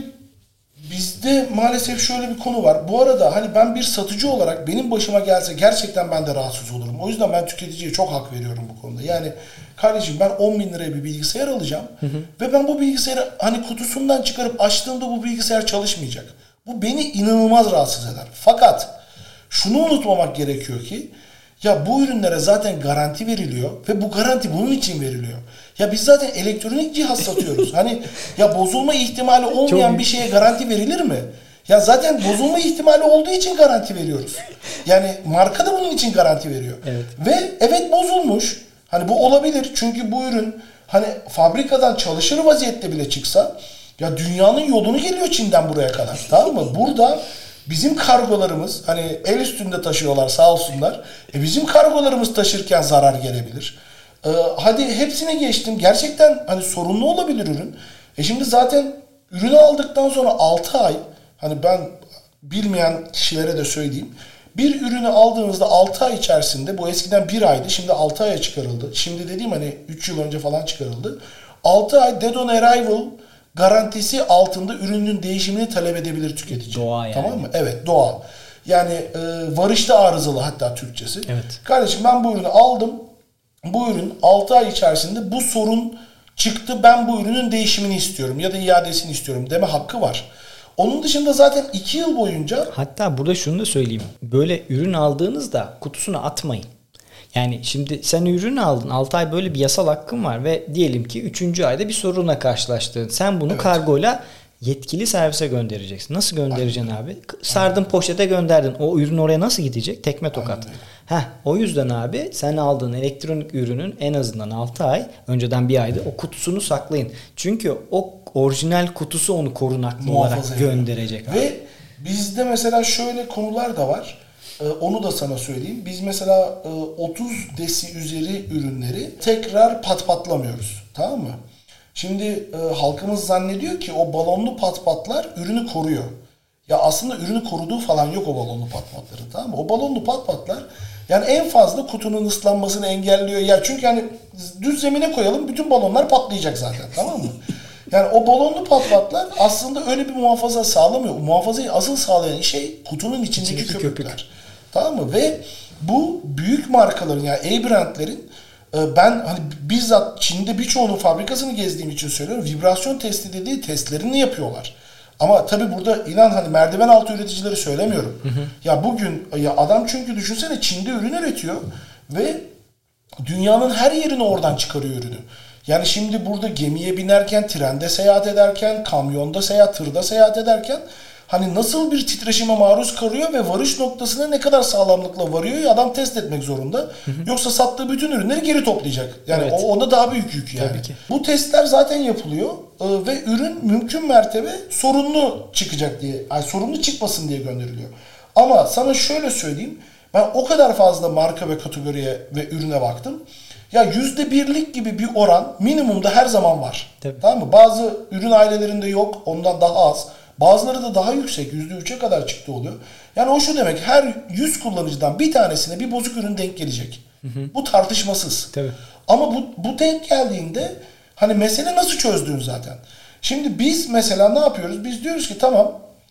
bizde maalesef şöyle bir konu var. Bu arada hani ben bir satıcı olarak benim başıma gelse gerçekten ben de rahatsız olurum. O yüzden ben tüketiciye çok hak veriyorum bu konuda. Yani kardeşim ben 10.000 liraya bir bilgisayar alacağım. Ve ben bu bilgisayarı hani kutusundan çıkarıp açtığımda bu bilgisayar çalışmayacak. Bu beni inanılmaz rahatsız eder. Fakat şunu unutmamak gerekiyor ki ya bu ürünlere zaten garanti veriliyor ve bu garanti bunun için veriliyor. Ya biz zaten elektronik cihaz satıyoruz. Hani ya bozulma ihtimali olmayan bir şeye garanti verilir mi? Ya zaten bozulma ihtimali olduğu için garanti veriyoruz. Yani marka da bunun için garanti veriyor. Evet. Ve evet bozulmuş. Hani bu olabilir. Çünkü bu ürün hani fabrikadan çalışır vaziyette bile çıksa ya dünyanın yolunu geliyor Çin'den buraya kadar. Tamam mı? Burada bizim kargolarımız hani el üstünde taşıyorlar sağ olsunlar. Bizim kargolarımız taşırken zarar gelebilir. Hadi hepsine geçtim. Gerçekten hani sorunlu olabilir ürün. Şimdi zaten ürünü aldıktan sonra 6 ay hani ben bilmeyen kişilere de söyleyeyim. Bir ürünü aldığınızda 6 ay içerisinde bu eskiden 1 aydı. Şimdi 6 aya çıkarıldı. Şimdi dediğim hani 3 yıl önce falan çıkarıldı. 6 ay dead on arrival garantisi altında ürünün değişimini talep edebilir tüketici. Doğa yani. Tamam mı? Evet, doğal. Yani varışta arızalı hatta Türkçesi. Evet. Kardeşim ben bu ürünü aldım. Bu ürün 6 ay içerisinde bu sorun çıktı. Ben bu ürünün değişimini istiyorum ya da iadesini istiyorum deme hakkı var. Onun dışında zaten 2 yıl boyunca... Hatta burada şunu da söyleyeyim. Böyle ürün aldığınızda kutusunu atmayın. Yani şimdi sen ürünü aldın. 6 ay böyle bir yasal hakkın var ve diyelim ki 3. ayda bir sorunla karşılaştın. Sen bunu kargoyla yetkili servise göndereceksin. Nasıl göndereceksin abi? Sardın poşete gönderdin. O ürün oraya nasıl gidecek? Tekme tokat. O yüzden abi sen aldığın elektronik ürünün en azından 6 ay önceden bir ayda o kutusunu saklayın. Çünkü o orijinal kutusu onu korunaklı olarak gönderecek. Ve bizde mesela şöyle konular da var. Onu da sana söyleyeyim. Biz mesela 30 desi üzeri ürünleri tekrar patlamıyoruz. Tamam mı? Şimdi halkımız zannediyor ki o balonlu patlar ürünü koruyor. Ya aslında ürünü koruduğu falan yok o balonlu patların, tamam mı? O balonlu patlar yani en fazla kutunun ıslanmasını engelliyor. Ya çünkü hani düz zemine koyalım bütün balonlar patlayacak zaten, tamam mı? Yani o balonlu patlar aslında öyle bir muhafaza sağlamıyor. Muhafazayı asıl sağlayan şey kutunun içindeki köpükler. Tamam mı? Ve bu büyük markaların yani A-brandlerin ben hani bizzat Çin'de birçoğunun fabrikasını gezdiğim için söylüyorum. Vibrasyon testi dediği testlerini yapıyorlar. Ama tabii burada inan hani merdiven altı üreticileri söylemiyorum. Ya bugün ya adam çünkü düşünsene Çin'de ürün üretiyor ve dünyanın her yerine oradan çıkarıyor ürünü. Yani şimdi burada gemiye binerken, trende seyahat ederken, kamyonda seyahat, tırda seyahat ederken hani nasıl bir titreşime maruz kalıyor ve varış noktasına ne kadar sağlamlıkla varıyor ya adam test etmek zorunda. Yoksa sattığı bütün ürünleri geri toplayacak. Yani ona daha büyük yük yani. Tabii ki. Bu testler zaten yapılıyor ve ürün mümkün mertebe sorunlu çıkacak diye, yani sorunlu çıkmasın diye gönderiliyor. Ama sana şöyle söyleyeyim. Ben o kadar fazla marka ve kategoriye ve ürüne baktım. Ya %1'lik gibi bir oran minimumda her zaman var. Tabii. Tamam mı? Bazı ürün ailelerinde yok, ondan daha az. Bazıları da daha yüksek, %3'e kadar çıktı oluyor. Yani o şu demek, her 100 kullanıcıdan bir tanesine bir bozuk ürün denk gelecek. Bu tartışmasız. Tabii. Ama bu denk geldiğinde hani mesele nasıl çözdüğün zaten. Şimdi biz mesela ne yapıyoruz? Biz diyoruz ki tamam,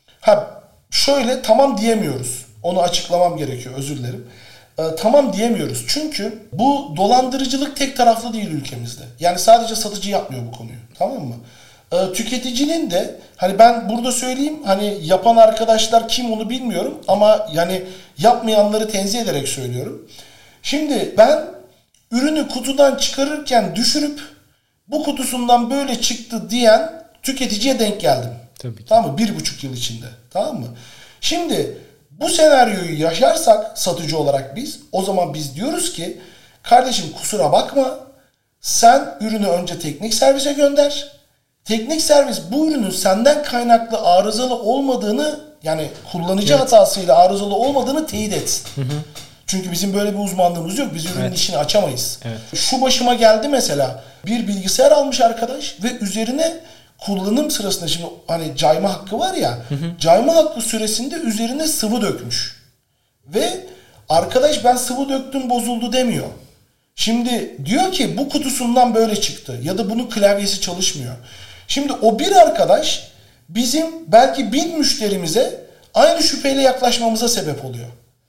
şöyle tamam diyemiyoruz. Onu açıklamam gerekiyor, özür dilerim. Tamam diyemiyoruz. Çünkü bu dolandırıcılık tek taraflı değil ülkemizde. Yani sadece satıcı yapmıyor bu konuyu. Tamam mı? Tüketicinin de hani ben burada söyleyeyim hani yapan arkadaşlar kim onu bilmiyorum ama yani yapmayanları tenzih ederek söylüyorum. Şimdi ben ürünü kutudan çıkarırken düşürüp bu kutusundan böyle çıktı diyen tüketiciye denk geldim. Tabii ki. Tamam mı? 1,5 yıl içinde. Tamam mı? Şimdi bu senaryoyu yaşarsak satıcı olarak biz o zaman biz diyoruz ki kardeşim kusura bakma sen ürünü önce teknik servise gönder. Teknik servis bu ürünün senden kaynaklı arızalı olmadığını yani kullanıcı hatasıyla arızalı olmadığını teyit etsin. Çünkü bizim böyle bir uzmanlığımız yok. Biz ürünün işini açamayız. Şu başıma geldi mesela. Bir bilgisayar almış arkadaş ve üzerine kullanım sırasında şimdi hani cayma hakkı var ya. Cayma hakkı süresinde üzerine sıvı dökmüş. Ve arkadaş ben sıvı döktüm bozuldu demiyor. Şimdi diyor ki bu kutusundan böyle çıktı ya da bunun klavyesi çalışmıyor. Şimdi o bir arkadaş bizim belki 1000 müşterimize aynı şüpheyle yaklaşmamıza sebep oluyor.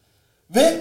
Ve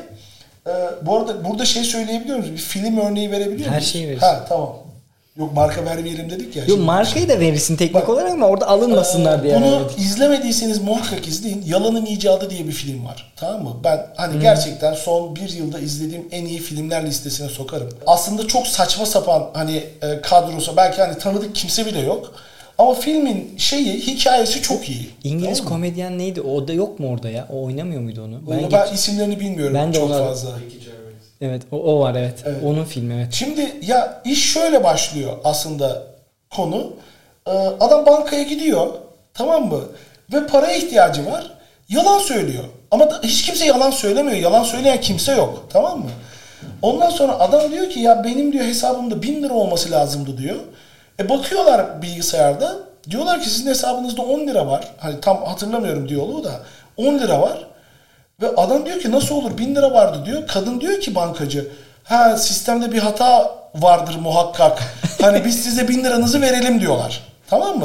bu arada burada şey söyleyebiliyor muyuz? Bir film örneği verebiliyor muyuz? Her şeyi verirsin. Tamam. Yok marka vermeyelim dedik ya. Yok markayı da verirsin teknik olarak ama orada alınmasınlar diye. Bunu izlemediyseniz muhakkak izleyin. Yalanın İcadı diye bir film var. Tamam mı? Ben hani gerçekten son bir yılda izlediğim en iyi filmler listesine sokarım. Aslında çok saçma sapan hani kadrosu belki hani tanıdık kimse bile yok. Ama filmin hikayesi çok iyi. İngiliz komedyen neydi? O da yok mu orada ya? O oynamıyor muydu onu? Ben isimlerini bilmiyorum ben de çok ona fazla. Evet o var evet. Onun filmi evet. Şimdi ya iş şöyle başlıyor aslında konu. Adam bankaya gidiyor tamam mı? Ve paraya ihtiyacı var. Yalan söylüyor. Ama hiç kimse yalan söylemiyor. Yalan söyleyen kimse yok. Tamam mı? Ondan sonra adam diyor ki ya benim diyor hesabımda 1000 lira olması lazımdı diyor. Bakıyorlar bilgisayarda. Diyorlar ki sizin hesabınızda 10 lira var. Hani tam hatırlamıyorum diyaloğu da. 10 lira var. Ve adam diyor ki nasıl olur 1000 lira vardı diyor. Kadın diyor ki bankacı sistemde bir hata vardır muhakkak. Hani biz size 1000 liranızı verelim diyorlar. Tamam mı?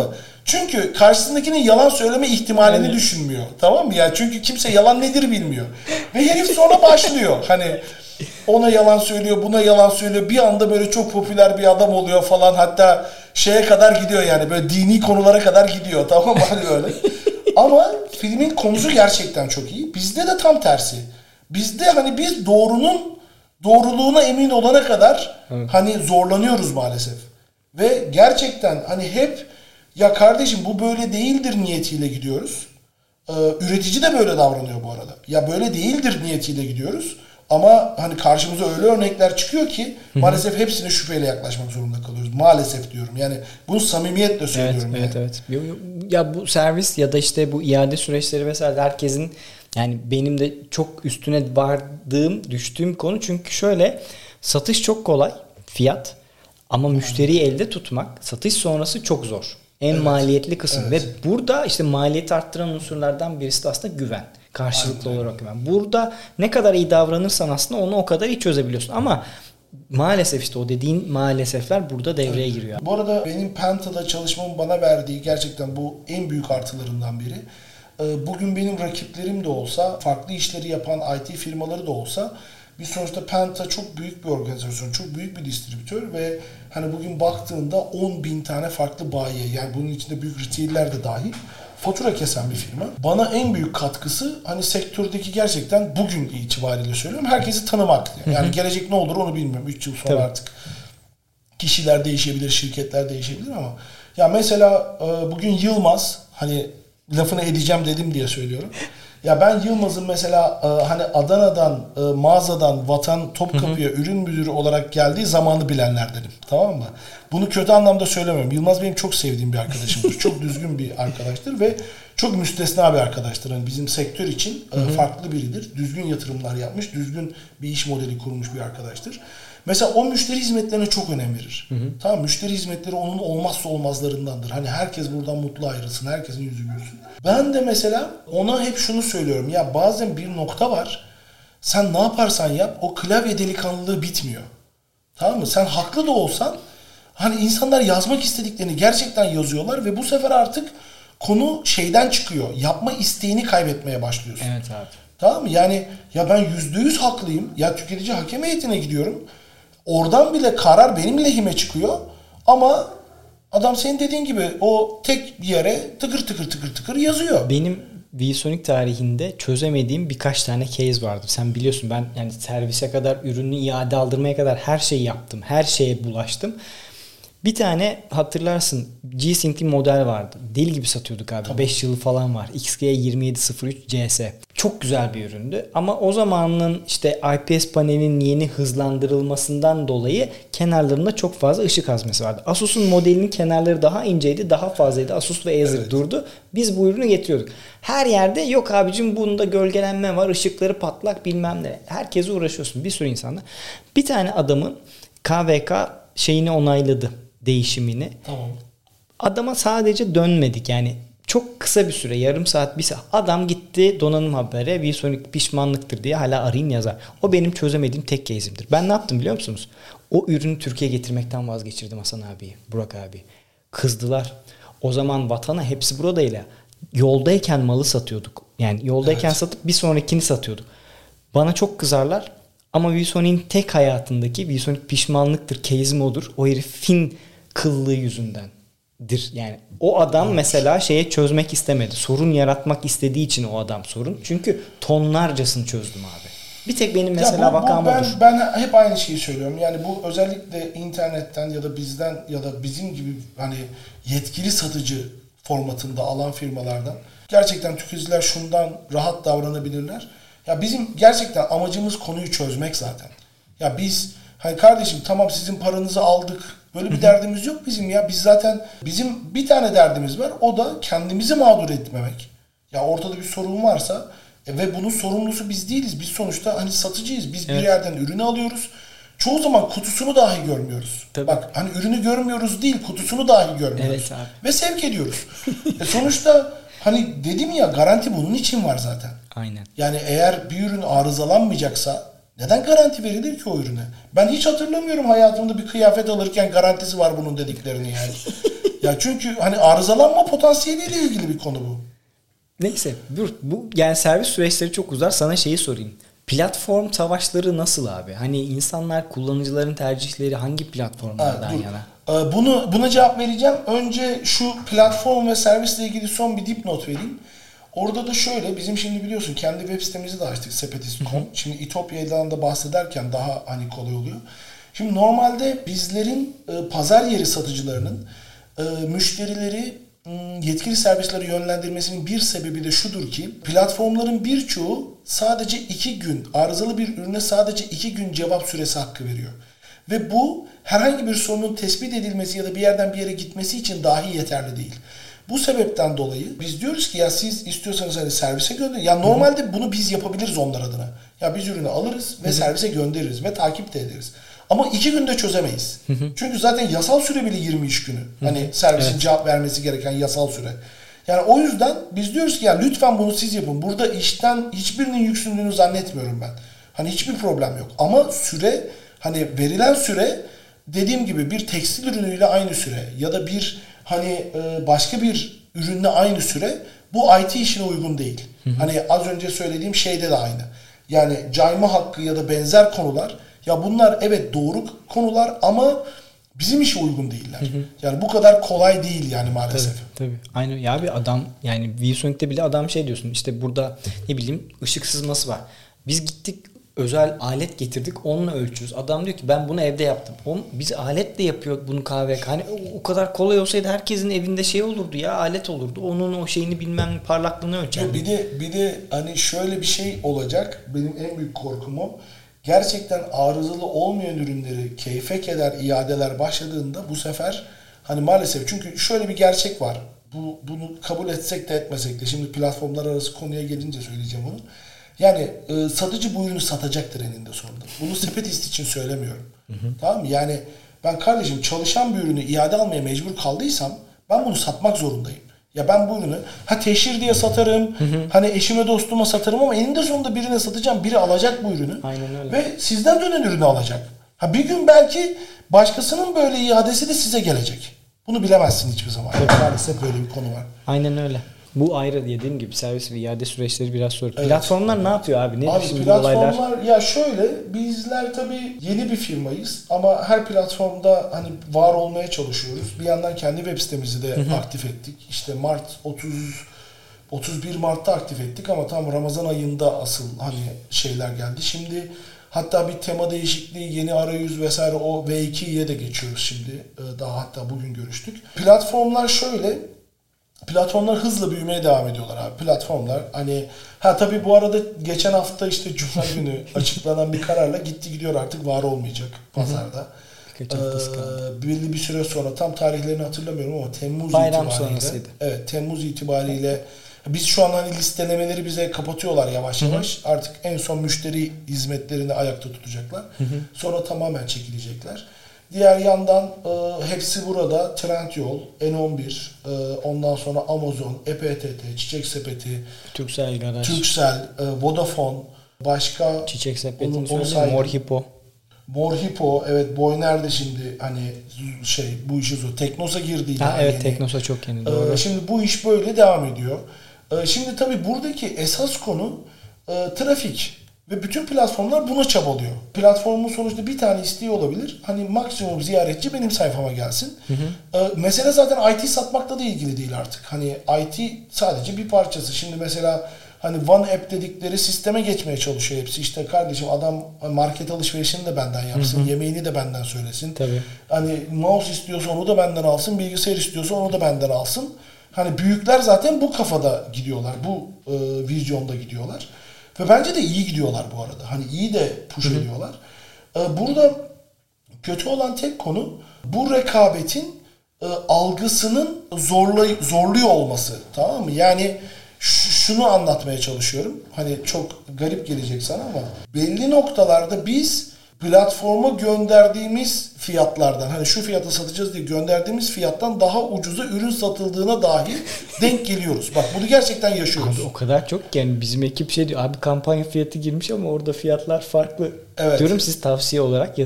Çünkü karşısındakinin yalan söyleme ihtimalini düşünmüyor. Tamam mı? Yani çünkü kimse yalan nedir bilmiyor. Ve herif sonra başlıyor. Hani ona yalan söylüyor, buna yalan söylüyor. Bir anda böyle çok popüler bir adam oluyor falan. Hatta şeye kadar gidiyor yani. Böyle dini konulara kadar gidiyor. Tamam mı? Hani öyle. Ama filmin konusu gerçekten çok iyi. Bizde de tam tersi. Bizde hani biz doğruluğuna emin olana kadar hani zorlanıyoruz maalesef. Ve gerçekten hani hep ya kardeşim bu böyle değildir niyetiyle gidiyoruz. Üretici de böyle davranıyor bu arada. Ya böyle değildir niyetiyle gidiyoruz. Ama hani karşımıza öyle örnekler çıkıyor ki maalesef hepsine şüpheyle yaklaşmak zorunda kalıyoruz. Maalesef diyorum. Yani bunu samimiyetle söylüyorum. Evet. Ya bu servis ya da işte bu iade süreçleri vesaire herkesin, yani benim de çok üstüne düştüğüm konu. Çünkü şöyle, satış çok kolay, fiyat, ama müşteriyi elde tutmak satış sonrası çok zor. En maliyetli kısım ve burada işte maliyeti arttıran unsurlardan birisi de aslında güven. Karşılıklı olarak güven. Burada ne kadar iyi davranırsan aslında onu o kadar iyi çözebiliyorsun. Ama maalesef işte o dediğin maalesefler burada devreye giriyor. Bu arada benim Penta'da çalışmamın bana verdiği gerçekten bu en büyük artılarından biri. Bugün benim rakiplerim de olsa, farklı işleri yapan IT firmaları da olsa, bir sonuçta Penta çok büyük bir organizasyon, çok büyük bir distribütör ve hani bugün baktığında 10.000 tane farklı bayi, yani bunun içinde büyük retailer de dahil, fatura kesen bir firma. Bana en büyük katkısı hani sektördeki gerçekten bugün itibariyle söylüyorum, herkesi tanımak. Yani gelecek ne olur onu bilmiyorum. 3 yıl sonra artık kişiler değişebilir, şirketler değişebilir ama ya mesela bugün Yılmaz, hani lafını edeceğim dedim diye söylüyorum. Ya ben Yılmaz'ın mesela hani Adana'dan, mağazadan Vatan Topkapı'ya ürün müdürü olarak geldiği zamanı bilenlerdenim. Tamam mı? Bunu kötü anlamda söylemiyorum. Yılmaz benim çok sevdiğim bir arkadaşımdır. Çok düzgün bir arkadaştır ve çok müstesna bir arkadaştır. Yani bizim sektör için farklı biridir. Düzgün yatırımlar yapmış, düzgün bir iş modeli kurmuş bir arkadaştır. Mesela o müşteri hizmetlerine çok önem verir. Tamam, müşteri hizmetleri onun olmazsa olmazlarındandır. Hani herkes buradan mutlu ayrılsın, herkesin yüzü gülsün. Ben de mesela ona hep şunu söylüyorum. Ya bazen bir nokta var. Sen ne yaparsan yap o klavye delikanlılığı bitmiyor. Tamam mı? Sen haklı da olsan hani insanlar yazmak istediklerini gerçekten yazıyorlar ve bu sefer artık konu şeyden çıkıyor. Yapma isteğini kaybetmeye başlıyorsun. Evet abi. Tamam mı? Yani ya ben %100 haklıyım. Ya tüketici hakem heyetine gidiyorum. Oradan bile karar benim lehime çıkıyor. Ama adam senin dediğin gibi o tek bir yere tıkır tıkır yazıyor. Benim ViewSonic tarihinde çözemediğim birkaç tane case vardı. Sen biliyorsun, ben yani servise kadar, ürünü iade aldırmaya kadar her şeyi yaptım. Her şeye bulaştım. Bir tane hatırlarsın G-Sync'li model vardı. Deli gibi satıyorduk abi. Tamam. 5 yılı falan var. XG2703 CS. Çok güzel bir üründü. Ama o zamanın işte IPS panelinin yeni hızlandırılmasından dolayı kenarlarında çok fazla ışık hazmesi vardı. Asus'un modelinin kenarları daha inceydi. Daha fazlaydı. Asus ve Acer durdu. Biz bu ürünü getiriyorduk. Her yerde yok abicim bunda gölgelenme var. Işıkları patlak bilmem ne. Herkese uğraşıyorsun. Bir sürü insanda. Bir tane adamın KVK şeyini onayladı. Değişimini. Tamam. Adama sadece dönmedik yani çok kısa bir süre, yarım saat, bir saat. Adam gitti donanım habere ViewSonic pişmanlıktır diye hala arayın yazar. O benim çözemediğim tek case'imdir. Ben ne yaptım biliyor musunuz? O ürünü Türkiye'ye getirmekten vazgeçirdim Hasan abi, Burak abi. Kızdılar. O zaman Vatan'a hepsi buradayla. Yoldayken malı satıyorduk. Yani yoldayken satıp bir sonrakini satıyorduk. Bana çok kızarlar. Ama ViewSonic'in tek hayatındaki ViewSonic pişmanlıktır case'im odur. O herifin kıllığı yüzündendir. Yani o adam mesela şeye çözmek istemedi. Sorun yaratmak istediği için o adam sorun. Çünkü tonlarcasını çözdüm abi. Bir tek benim mesela vakam odur. Ben hep aynı şeyi söylüyorum. Yani bu özellikle internetten ya da bizden ya da bizim gibi hani yetkili satıcı formatında alan firmalardan gerçekten tüketiciler şundan rahat davranabilirler. Ya bizim gerçekten amacımız konuyu çözmek zaten. Ya biz hani kardeşim tamam sizin paranızı aldık. Böyle bir derdimiz yok bizim ya. Biz zaten bizim bir tane derdimiz var. O da kendimizi mağdur etmemek. Ya ortada bir sorun varsa ve bunun sorumlusu biz değiliz. Biz sonuçta hani satıcıyız. Biz bir yerden ürünü alıyoruz. Çoğu zaman kutusunu dahi görmüyoruz. Tabii. Bak hani ürünü görmüyoruz değil, kutusunu dahi görmüyoruz. Evet abi. Ve sevk ediyoruz. Sonuçta hani dedim ya garanti bunun için var zaten. Aynen. Yani eğer bir ürün arızalanmayacaksa neden garanti verilir ki o ürüne? Ben hiç hatırlamıyorum hayatımda bir kıyafet alırken garantisi var bunun dediklerini yani. Ya çünkü hani arızalanma potansiyeliyle ilgili bir konu bu. Neyse dur, bu yani servis süreçleri çok uzar. Sana şeyi sorayım. Platform savaşları nasıl abi? Hani insanlar, kullanıcıların tercihleri hangi platformlardan yana? Buna cevap vereceğim. Önce şu platform ve servisle ilgili son bir dipnot vereyim. Orada da şöyle, bizim şimdi biliyorsun kendi web sitemizi de açtık, Sepetist.com. Şimdi İtopya'dan da bahsederken daha hani kolay oluyor. Şimdi normalde bizlerin pazar yeri satıcılarının müşterileri yetkili servislere yönlendirmesinin bir sebebi de şudur ki, platformların birçoğu sadece 2 gün, arızalı bir ürüne sadece 2 gün cevap süresi hakkı veriyor. Ve bu herhangi bir sorunun tespit edilmesi ya da bir yerden bir yere gitmesi için dahi yeterli değil. Bu sebepten dolayı biz diyoruz ki ya siz istiyorsanız hani servise gönderin. Ya normalde bunu biz yapabiliriz onlar adına. Ya biz ürünü alırız ve servise göndeririz ve takip de ederiz. Ama 2 günde çözemeyiz. Çünkü zaten yasal süre bile 20 iş günü. Hani servisin cevap vermesi gereken yasal süre. Yani o yüzden biz diyoruz ki ya lütfen bunu siz yapın. Burada işten hiçbirinin yüksündüğünü zannetmiyorum ben. Hani hiçbir problem yok. Ama süre, hani verilen süre dediğim gibi bir tekstil ürünüyle aynı süre ya da bir hani başka bir ürünle aynı süre, bu IT işine uygun değil. Hani az önce söylediğim şeyde de aynı. Yani cayma hakkı ya da benzer konular, ya bunlar evet doğru konular ama bizim işe uygun değiller. Yani bu kadar kolay değil yani maalesef. Tabii. Aynı ya, bir adam yani VSonic'te bile adam şey diyorsun, işte burada ne bileyim ışık sızması var. Biz gittik özel alet getirdik, onunla ölçüyoruz. Adam diyor ki ben bunu evde yaptım. Biz aletle yapıyor bunu KVK. Hani o kadar kolay olsaydı herkesin evinde şey olurdu ya, alet olurdu. Onun o şeyini bilmem, parlaklığını ölçer. Bir de hani şöyle bir şey olacak. Benim en büyük korkum o. Gerçekten arızalı olmayan ürünleri keyfe keder iadeler başladığında bu sefer hani maalesef, çünkü şöyle bir gerçek var. Bunu kabul etsek de etmesek de, şimdi platformlar arası konuya gelince söyleyeceğim onu. Yani satıcı bu ürünü satacaktır eninde sonunda. Bunu Sepetist için söylemiyorum. Tamam mı? Yani ben kardeşim çalışan bir ürünü iade almaya mecbur kaldıysam ben bunu satmak zorundayım. Ya ben bu ürünü teşhir diye satarım, hani eşime dostuma satarım ama eninde sonunda birine satacağım. Biri alacak bu ürünü. Aynen öyle. Ve sizden dönen ürünü alacak. Bir gün belki başkasının böyle iadesi de size gelecek. Bunu bilemezsin hiçbir zaman. Maalesef böyle bir konu var. Aynen öyle. Bu ayrı, dediğim gibi servis ve iade süreçleri biraz zor. Evet. Platformlar ne yapıyor abi? Ne abi şimdi platformlar olaylar? ya şöyle, bizler tabii yeni bir firmayız ama her platformda hani var olmaya çalışıyoruz. Bir yandan kendi web sitemizi de aktif ettik. İşte 31 Mart'ta aktif ettik ama tam Ramazan ayında asıl hani şeyler geldi. Şimdi hatta bir tema değişikliği, yeni arayüz vesaire, o V2'ye de geçiyoruz şimdi. Daha hatta bugün görüştük. Platformlar şöyle, platformlar hızla büyümeye devam ediyorlar abi. Platformlar hani tabii bu arada geçen hafta işte Cuma günü açıklanan bir kararla gitti gidiyor artık var olmayacak pazarda. Belli bir süre sonra, tam tarihlerini hatırlamıyorum ama Temmuz bayram itibariyle. Sonrasıydı. Evet, Temmuz itibariyle biz şu an hani listelemeleri bize kapatıyorlar yavaş yavaş. Artık en son müşteri hizmetlerini ayakta tutacaklar. Sonra tamamen çekilecekler. Diğer yandan hepsi burada. Trendyol, N11, ondan sonra Amazon, EPTT, Çiçek Sepeti, Turkcell Garaj, Vodafone, başka Çiçek Sepeti'ni söyleyeyim, Mor Hippo, evet, Boyner de şimdi hani bu işi zor. Teknosa girdi yine. Evet, yeni. Teknosa çok yeni, doğru. Şimdi bu iş böyle devam ediyor. Şimdi tabii buradaki esas konu trafik. Ve bütün platformlar buna çabalıyor. Platformun sonuçta bir tane isteği olabilir. Hani maksimum ziyaretçi benim sayfama gelsin. Mesele zaten IT satmakla da ilgili değil artık. Hani IT sadece bir parçası. Şimdi mesela hani One App dedikleri sisteme geçmeye çalışıyor hepsi. İşte kardeşim adam market alışverişini de benden yapsın. Yemeğini de benden söylesin. Tabii. Hani mouse istiyorsa onu da benden alsın. Bilgisayar istiyorsa onu da benden alsın. Hani büyükler zaten bu kafada gidiyorlar. Bu vizyonda gidiyorlar. Ve bence de iyi gidiyorlar bu arada. Hani iyi de push ediyorlar. Burada kötü olan tek konu bu rekabetin algısının zorluyor olması. Tamam mı? Yani şunu anlatmaya çalışıyorum. Hani çok garip gelecek sana ama belli noktalarda biz platforma gönderdiğimiz fiyatlardan, hani şu fiyata satacağız diye gönderdiğimiz fiyattan daha ucuza ürün satıldığına dahi denk geliyoruz. Bak bunu gerçekten yaşıyoruz. Abi o kadar çok ki yani bizim ekip şey diyor, abi kampanya fiyatı girmiş ama orada fiyatlar farklı. Evet. Diyorum siz tavsiye olarak yazın.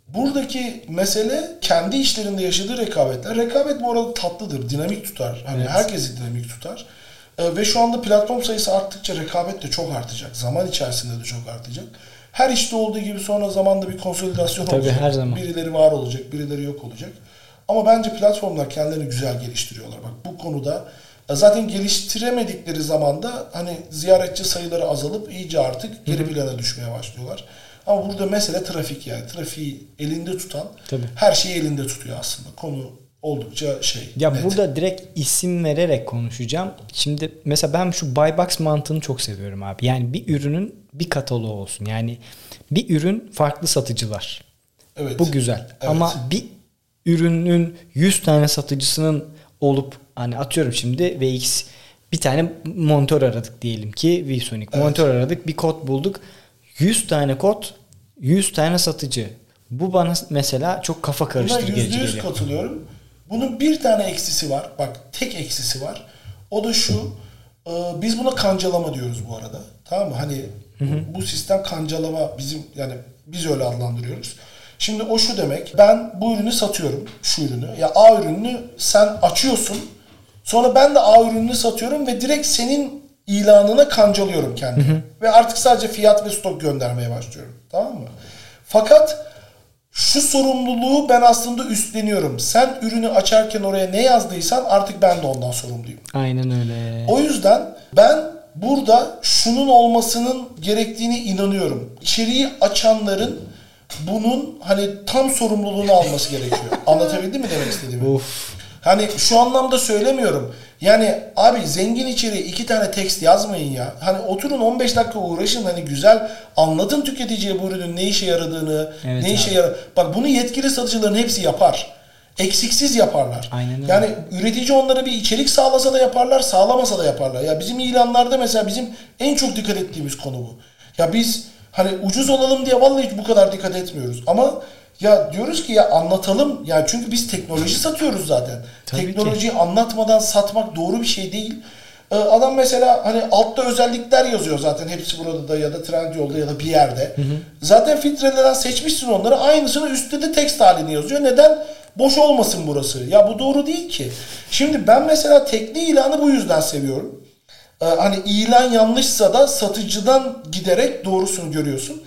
Buradaki mesele kendi işlerinde yaşadığı rekabetler. Rekabet bu arada tatlıdır, dinamik tutar. Hani Evet. herkesi dinamik tutar. Ve şu anda platform sayısı arttıkça rekabet de çok artacak. Zaman içerisinde de çok artacak. Her işte olduğu gibi sonra zamanda bir konsolidasyon Tabii, olacak. her zaman. Birileri var olacak, birileri yok olacak. Ama bence platformlar kendilerini güzel geliştiriyorlar. Bak bu konuda zaten geliştiremedikleri zaman da hani ziyaretçi sayıları azalıp iyice artık geri plana düşmeye başlıyorlar. Ama burada mesele trafik yani. Trafiği elinde tutan Tabii. her şeyi elinde tutuyor aslında. Konu oldukça Ya net. burada direkt isim vererek konuşacağım. Şimdi mesela ben şu buy box mantığını çok seviyorum abi. Yani bir ürünün bir kataloğu olsun. Yani bir ürün farklı satıcılar. Evet. Bu güzel. Evet. Ama bir ürünün 100 tane satıcısının olup hani atıyorum şimdi VX bir tane monitör aradık diyelim ki VSonic. Evet. Monitör aradık, bir kod bulduk. 100 tane kod, 100 tane satıcı. Bu bana mesela çok kafa karıştırıcı %100 geliyor. katılıyorum. Bunun bir tane eksisi var. Bak tek eksisi var. O da şu. Biz buna kancalama diyoruz bu arada. Tamam mı? Hani bu sistem kancalama bizim yani biz öyle adlandırıyoruz. Şimdi o şu demek. Ben bu ürünü satıyorum. Şu ürünü. Ya A ürününü sen açıyorsun. Sonra ben de A ürününü satıyorum ve direkt senin ilanına kancalıyorum kendimi. Ve artık sadece fiyat ve stok göndermeye başlıyorum. Tamam mı? Fakat şu sorumluluğu ben aslında üstleniyorum. Sen ürünü açarken oraya ne yazdıysan artık ben de ondan sorumluyum. Aynen öyle. O yüzden ben burada şunun olmasının gerektiğini inanıyorum. İçeriği açanların bunun hani tam sorumluluğunu alması gerekiyor. Anlatabildim mi demek istediğimi? Of. Hani şu anlamda söylemiyorum. Yani abi zengin içeriği 2 tane tekst yazmayın ya. Hani oturun 15 dakika uğraşın hani güzel anlatın tüketiciye bu ürünün ne işe yaradığını, Evet ne işe yarar. Bak bunu yetkili satıcıların hepsi yapar. Eksiksiz yaparlar. Aynen öyle. Yani üretici onlara bir içerik sağlasa da yaparlar, sağlamasa da yaparlar. Ya bizim ilanlarda mesela bizim en çok dikkat ettiğimiz konu bu. Ya biz hani ucuz olalım diye vallahi hiç bu kadar dikkat etmiyoruz. Ama ya diyoruz ki ya anlatalım. Ya çünkü biz teknoloji satıyoruz zaten. Tabii Teknolojiyi anlatmadan satmak doğru bir şey değil. Adam mesela hani altta özellikler yazıyor zaten hepsi burada da ya da Trendyol'da ya da bir yerde. Zaten filtreleden seçmişsin onları. Aynısını üstte de tekst halini yazıyor. Neden? Boş olmasın burası. Ya bu doğru değil ki. Şimdi ben mesela tekli ilanı bu yüzden seviyorum. Hani ilan yanlışsa da satıcıdan giderek doğrusunu görüyorsun.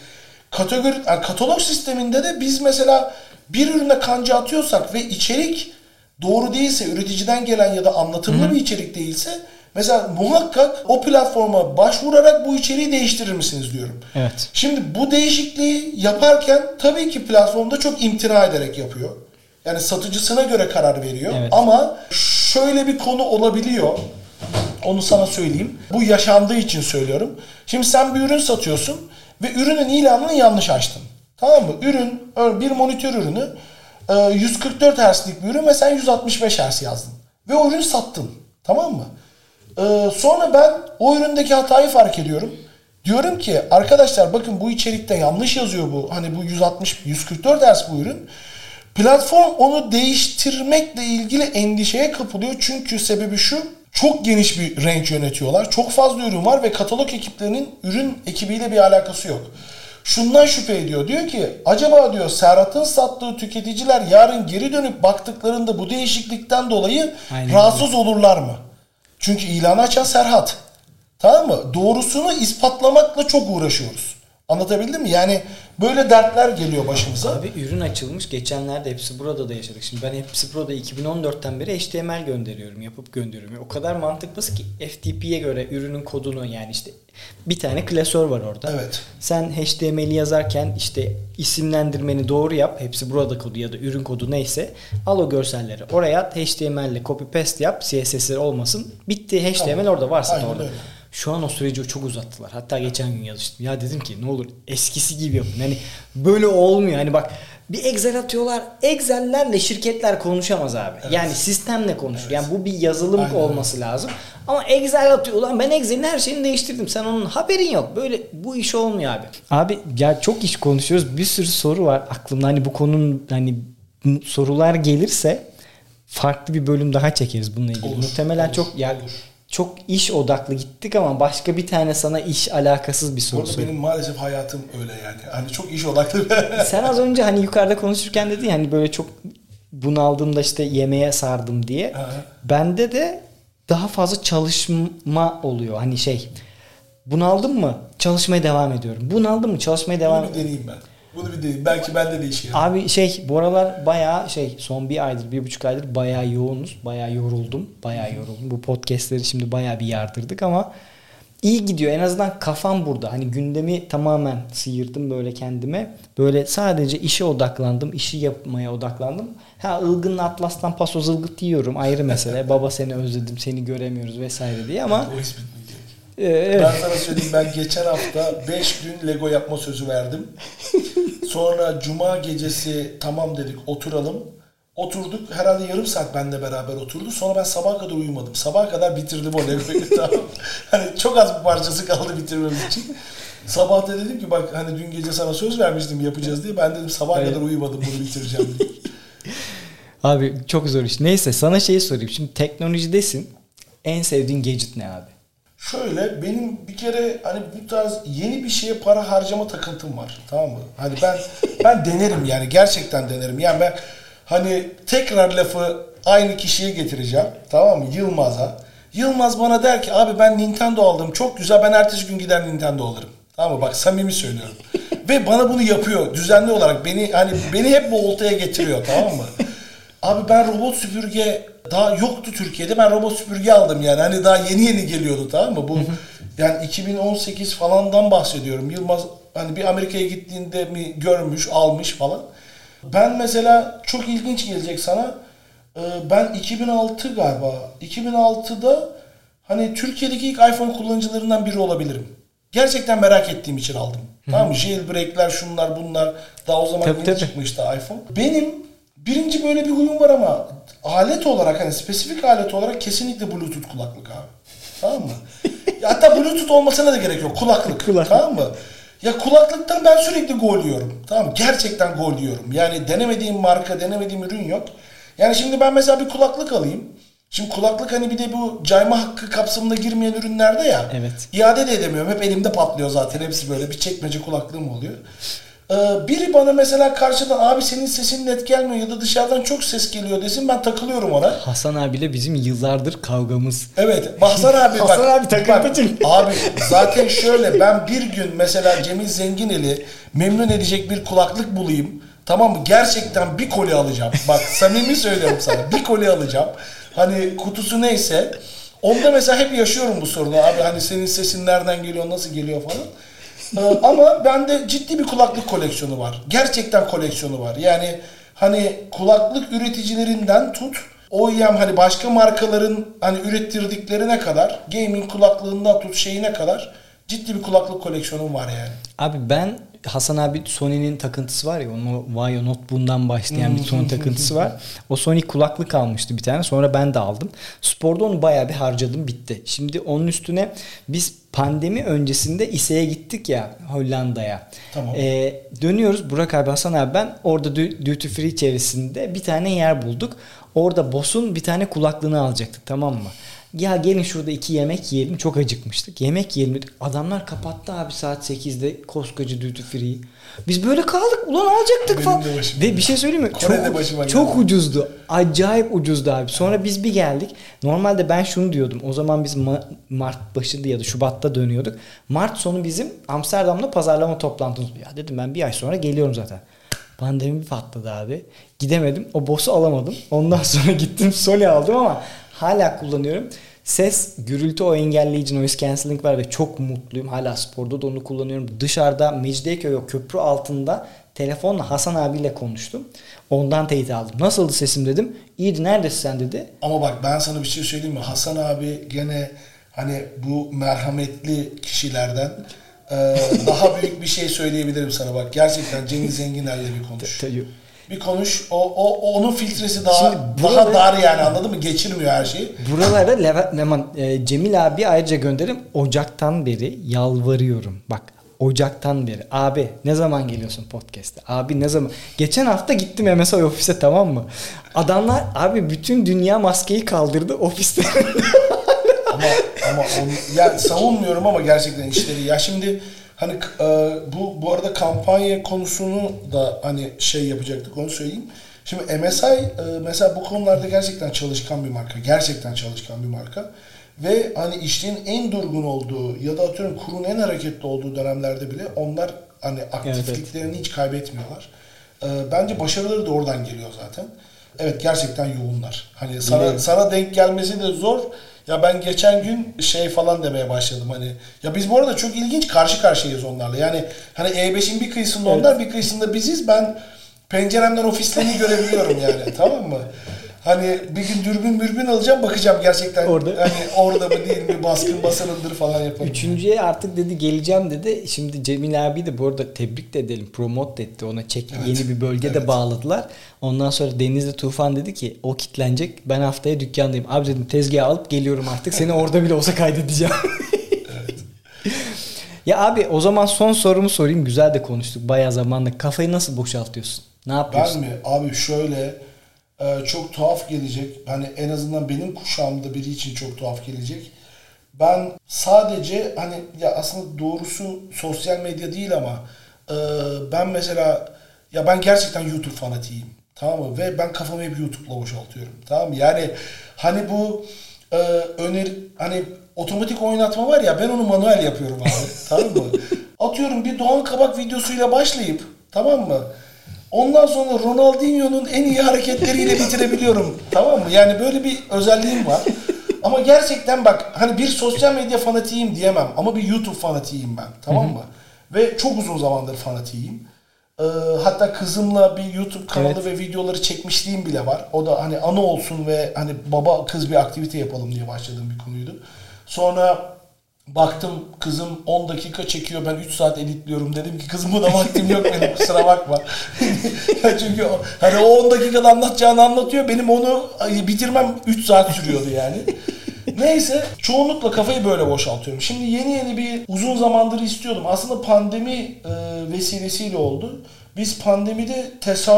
Katalog sisteminde de biz mesela bir ürüne kanca atıyorsak ve içerik doğru değilse, üreticiden gelen ya da anlatımlı bir içerik değilse mesela muhakkak o platforma başvurarak bu içeriği değiştirir misiniz diyorum. Evet. Şimdi bu değişikliği yaparken tabii ki platformda çok imtina ederek yapıyor. Yani satıcısına göre karar veriyor. Evet. Ama şöyle bir konu olabiliyor. Onu sana söyleyeyim. Bu yaşandığı için söylüyorum. Şimdi sen bir ürün satıyorsun ve ürünün ilanını yanlış açtın. Tamam mı? Ürün, bir monitör ürünü 144 Hz'lik bir ürün ve sen 165 Hz yazdın. Ve o ürünü sattın. Tamam mı? Sonra ben o üründeki hatayı fark ediyorum. Diyorum ki arkadaşlar bakın bu içerikte yanlış yazıyor bu. Hani bu 144 Hz bu ürün. Platform onu değiştirmekle ilgili endişeye kapılıyor. Çünkü sebebi şu. Çok geniş bir range yönetiyorlar. Çok fazla ürün var ve katalog ekiplerinin ürün ekibiyle bir alakası yok. Şundan şüphe ediyor. Diyor ki acaba diyor Serhat'ın sattığı tüketiciler yarın geri dönüp baktıklarında bu değişiklikten dolayı rahatsız olurlar mı? Çünkü ilanı açan Serhat. Tamam mı? Doğrusunu ispatlamakla çok uğraşıyoruz. Anlatabildim mi? Yani böyle dertler geliyor başımıza. Abi ürün açılmış. Geçenlerde hepsi burada da yaşadık. Şimdi ben hepsi burada 2014'ten beri HTML gönderiyorum. Yapıp gönderiyorum. O kadar mantıklısı ki FTP'ye göre ürünün kodunu yani işte bir tane klasör var orada. Evet. Sen HTML'i yazarken işte isimlendirmeni doğru yap. Hepsi burada kodu ya da ürün kodu neyse. Al o görselleri. Oraya at. HTML'le copy paste yap. CSS'leri olmasın. Bitti. HTML tamam. orada varsa Aynen orada. öyle. Şu an o süreci çok uzattılar. Hatta geçen gün yazıştım. Ya dedim ki ne olur eskisi gibi yapın. Yani böyle olmuyor. Hani bak bir Excel atıyorlar. Excel'lerle şirketler konuşamaz abi. Evet. Yani sistemle konuşur. Evet. Yani bu bir yazılım aynen olması lazım. Ama Excel atıyor. Ulan ben Excel'in her şeyini değiştirdim. Sen onun haberin yok. Böyle bu iş olmuyor abi. Abi ya çok iş konuşuyoruz. Bir sürü soru var aklımda. Hani bu konunun hani sorular gelirse farklı bir bölüm daha çekeriz bununla ilgili. Olur, Muhtemelen olur, çok ya olur. çok iş odaklı gittik ama başka bir tane sana iş alakasız bir soru Orada sorayım. benim maalesef hayatım öyle yani. Hani çok iş odaklı. Sen az önce hani yukarıda konuşurken dedin ya hani böyle çok bunaldığımda işte yemeğe sardım diye. Aha. Bende de daha fazla çalışma oluyor. Hani şey, bunaldım mı çalışmaya devam ediyorum. Bunaldım mı çalışmaya devam Bunu bir deneyeyim ben. Bunu bir deneyeyim. Belki bende de işe yarar. Abi şey, bu aralar bayağı şey, son bir aydır, 1,5 aydır bayağı yoğunuz. Bayağı yoruldum. Bu podcastleri şimdi bayağı bir yardırdık ama iyi gidiyor. En azından kafam burada. Hani gündemi tamamen sıyırdım böyle kendime. Böyle sadece işe odaklandım. İşi yapmaya odaklandım. Ha, Ilgın'ın Atlas'tan paso zılgıt yiyorum. Ayrı mesele. Baba seni özledim, seni göremiyoruz vesaire diye ama O iş bitmeyecek. evet. Ben sana söyleyeyim, ben geçen hafta 5 gün Lego yapma sözü verdim. Sonra cuma gecesi tamam dedik, oturalım. Oturduk. Herhalde yarım saat benimle beraber oturdu. Sonra ben sabaha kadar uyumadım. Sabaha kadar bitirdim o Lego'yu. Tamam. Hani çok az bir parçası kaldı bitirmemiz için. Sabah da dedim ki bak hani dün gece sana söz vermiştim yapacağız diye. Ben dedim sabaha kadar uyumadım, bunu bitireceğim diye. Abi çok zor iş. Neyse sana şeyi sorayım. Şimdi teknolojidesin. En sevdiğin gadget ne abi? Şöyle, benim bir kere hani bu tarz yeni bir şeye para harcama takıntım var. Tamam mı? Hani ben denerim yani, gerçekten denerim. Yani ben hani tekrar lafı aynı kişiye getireceğim. Tamam mı? Yılmaz'a. Yılmaz bana der ki abi ben Nintendo aldım, çok güzel, ben ertesi gün gider Nintendo alırım. Tamam mı? Bak samimi söylüyorum. Ve bana bunu yapıyor düzenli olarak. Beni hep bu oltaya getiriyor, tamam mı? Abi ben robot süpürge daha yoktu Türkiye'de. Ben robot süpürge aldım yani. Hani daha yeni geliyordu, tamam mı? Bu yani 2018 falandan bahsediyorum. Yılmaz hani bir Amerika'ya gittiğinde mi görmüş, almış falan. Ben mesela çok ilginç gelecek sana. Ben 2006 galiba. 2006'da hani Türkiye'deki ilk iPhone kullanıcılarından biri olabilirim. Gerçekten merak ettiğim için aldım. Tamam mı? Jailbreak'ler, şunlar bunlar. Daha o zaman yeni çıkmıştı iPhone. Benim birinci böyle bir huyum var ama alet olarak, hani spesifik alet olarak kesinlikle Bluetooth kulaklık abi. Tamam mı? Ya hatta Bluetooth olmasına da gerek yok. Kulaklık. Tamam mı? Ya kulaklıktan ben sürekli gol yiyorum. Tamam mı? Gerçekten gol yiyorum. Yani denemediğim marka, denemediğim ürün yok. Yani şimdi ben mesela bir kulaklık alayım. Şimdi kulaklık hani bir de bu cayma hakkı kapsamına girmeyen ürünlerde ya. Evet. İade de edemiyorum. Hep elimde patlıyor zaten. Hepsi böyle bir çekmece kulaklığım oluyor. Biri bana mesela karşıdan abi senin sesin net gelmiyor ya da dışarıdan çok ses geliyor desin, ben takılıyorum ona. Hasan abiyle bizim yıllardır kavgamız. Evet. Hasan abi bak. Hasan abi takıntı. Abi zaten şöyle, ben bir gün mesela Cemil Zenginel'i memnun edecek bir kulaklık bulayım. Tamam mı? Gerçekten bir koli alacağım. Bak samimi söylüyorum sana. Bir koli alacağım. Hani kutusu neyse. Onda mesela hep yaşıyorum bu sorunu. Abi hani senin sesin nereden geliyor, nasıl geliyor falan. Ama bende ciddi bir kulaklık koleksiyonu var. Gerçekten koleksiyonu var. Yani hani kulaklık üreticilerinden tut, OEM hani başka markaların hani ürettirdiklerine kadar, gaming kulaklığından tut şeyine kadar ciddi bir kulaklık koleksiyonum var yani. Abi ben, Hasan abi Sony'nin takıntısı var ya, onun Vaio Notebook'dan başlayan bir Sony takıntısı var. O Sony kulaklık almıştı bir tane, sonra ben de aldım. Sporda onu bayağı bir harcadım, bitti. Şimdi onun üstüne biz pandemi öncesinde İSE'ye gittik ya, Hollanda'ya. Tamam. Dönüyoruz Burak abi, Hasan abi, ben orada duty free çevresinde bir tane yer bulduk. Orada Bose'un bir tane kulaklığını alacaktık, tamam mı? Ya gelin şurada 2 yemek yiyelim, çok acıkmıştık. Yemek yiyelim dedik. Adamlar kapattı abi saat 8'de koskoca duty free. Biz böyle kaldık, ulan alacaktık Benim falan. Ve bir şey söyleyeyim mi? Çok ucuzdu. Acayip ucuzdu abi. Sonra biz bir geldik. Normalde ben şunu diyordum. O zaman biz Mart başında ya da Şubat'ta dönüyorduk. Mart sonu bizim Amsterdam'da pazarlama toplantımız. Ya dedim ben bir ay sonra geliyorum zaten. Pandemi patladı abi. Gidemedim. O Bose'u alamadım. Ondan sonra gittim Sony aldım ama hala kullanıyorum. Ses, gürültü o engelleyici noise cancelling var ve çok mutluyum. Hala sporda da onu kullanıyorum. Dışarıda Mecidiyeköy o köprü altında telefonla Hasan abiyle konuştum. Ondan teyit aldım. Nasıldı sesim dedim. İyiydi, neredesin sen dedi. Ama bak ben sana bir şey söyleyeyim mi? Hasan abi gene hani bu merhametli kişilerden daha büyük bir şey söyleyebilirim sana bak. Gerçekten Cemil Zenginer'le bir konuş. Bir konuş. Onun filtresi daha dar yani, anladın mı? Geçirmiyor her şeyi. Buralara Cemil abi ayrıca gönderim. Ocaktan beri yalvarıyorum. Bak, Ocaktan beri. Abi ne zaman geliyorsun podcast'e? Abi ne zaman? Geçen hafta gittim MSI ofise, tamam mı? Adamlar abi bütün dünya maskeyi kaldırdı ofiste. ama onu, yani savunmuyorum ama gerçekten işleri. Ya şimdi hani bu arada kampanya konusunu da hani şey yapacaktık, onu söyleyeyim. Şimdi MSI mesela bu konularda gerçekten çalışkan bir marka. Gerçekten çalışkan bir marka. Ve hani işlerin en durgun olduğu ya da atıyorum kurun en hareketli olduğu dönemlerde bile onlar hani aktifliklerini hiç kaybetmiyorlar. Bence başarıları da oradan geliyor zaten. Evet, gerçekten yoğunlar. Hani sana denk gelmesi de zor. Ya ben geçen gün şey falan demeye başladım hani. Ya biz bu arada çok ilginç karşı karşıyayız onlarla. Yani hani E5'in bir kıyısında onlar, bir kıyısında biziz. Ben penceremden ofislerini görebiliyorum yani. Tamam mı? Hani bir gün dürbün alacağım, bakacağım gerçekten hani orada mı değil mi, baskın basanındır falan yapalım. Üçüncüye yani. Artık dedi geleceğim dedi. Şimdi Cemil abi de bu arada tebrik de edelim. Promote etti. Ona yeni bir bölgede bağladılar. Ondan sonra Denizli Tufan dedi ki o kitlenecek. Ben haftaya dükkandayım. Abi dedim tezgahı alıp geliyorum artık. Seni orada bile olsa kaydedeceğim. Evet. Ya abi o zaman son sorumu sorayım. Güzel de konuştuk. Bayağı zamanla. Kafayı nasıl boşaltıyorsun? Ne yapıyorsun? Ben mi? Abi şöyle çok tuhaf gelecek. Hani en azından benim kuşağımda biri için çok tuhaf gelecek. Ben sadece hani ya aslında doğrusu sosyal medya değil ama ben mesela ya ben gerçekten YouTube fanatiyim. Tamam mı? Ve ben kafamı hep YouTube'la boşaltıyorum. Tamam mı? Yani hani bu hani otomatik oynatma var ya, ben onu manuel yapıyorum abi. Tamam mı? Atıyorum bir Doğan Kabak videosuyla başlayıp, tamam mı? Ondan sonra Ronaldinho'nun en iyi hareketleriyle bitirebiliyorum. Tamam mı? Yani böyle bir özelliğim var. Ama gerçekten bak hani bir sosyal medya fanatiyim diyemem ama bir YouTube fanatiyim ben. Tamam mı? Ve çok uzun zamandır fanatiyim. Hatta kızımla bir YouTube kanalı ve videoları çekmişliğim bile var. O da hani anı olsun ve hani baba kız bir aktivite yapalım diye başladığım bir konuydu. Sonra baktım kızım 10 dakika çekiyor, ben 3 saat editliyorum. Dedim ki kızım buna vaktim yok benim, kusura bakma. Çünkü hani o 10 dakikada anlatacağını anlatıyor. Benim onu bitirmem 3 saat sürüyordu yani. Neyse, çoğunlukla kafayı böyle boşaltıyorum. Şimdi yeni bir uzun zamandır istiyordum. Aslında pandemi vesilesiyle oldu. Biz pandemide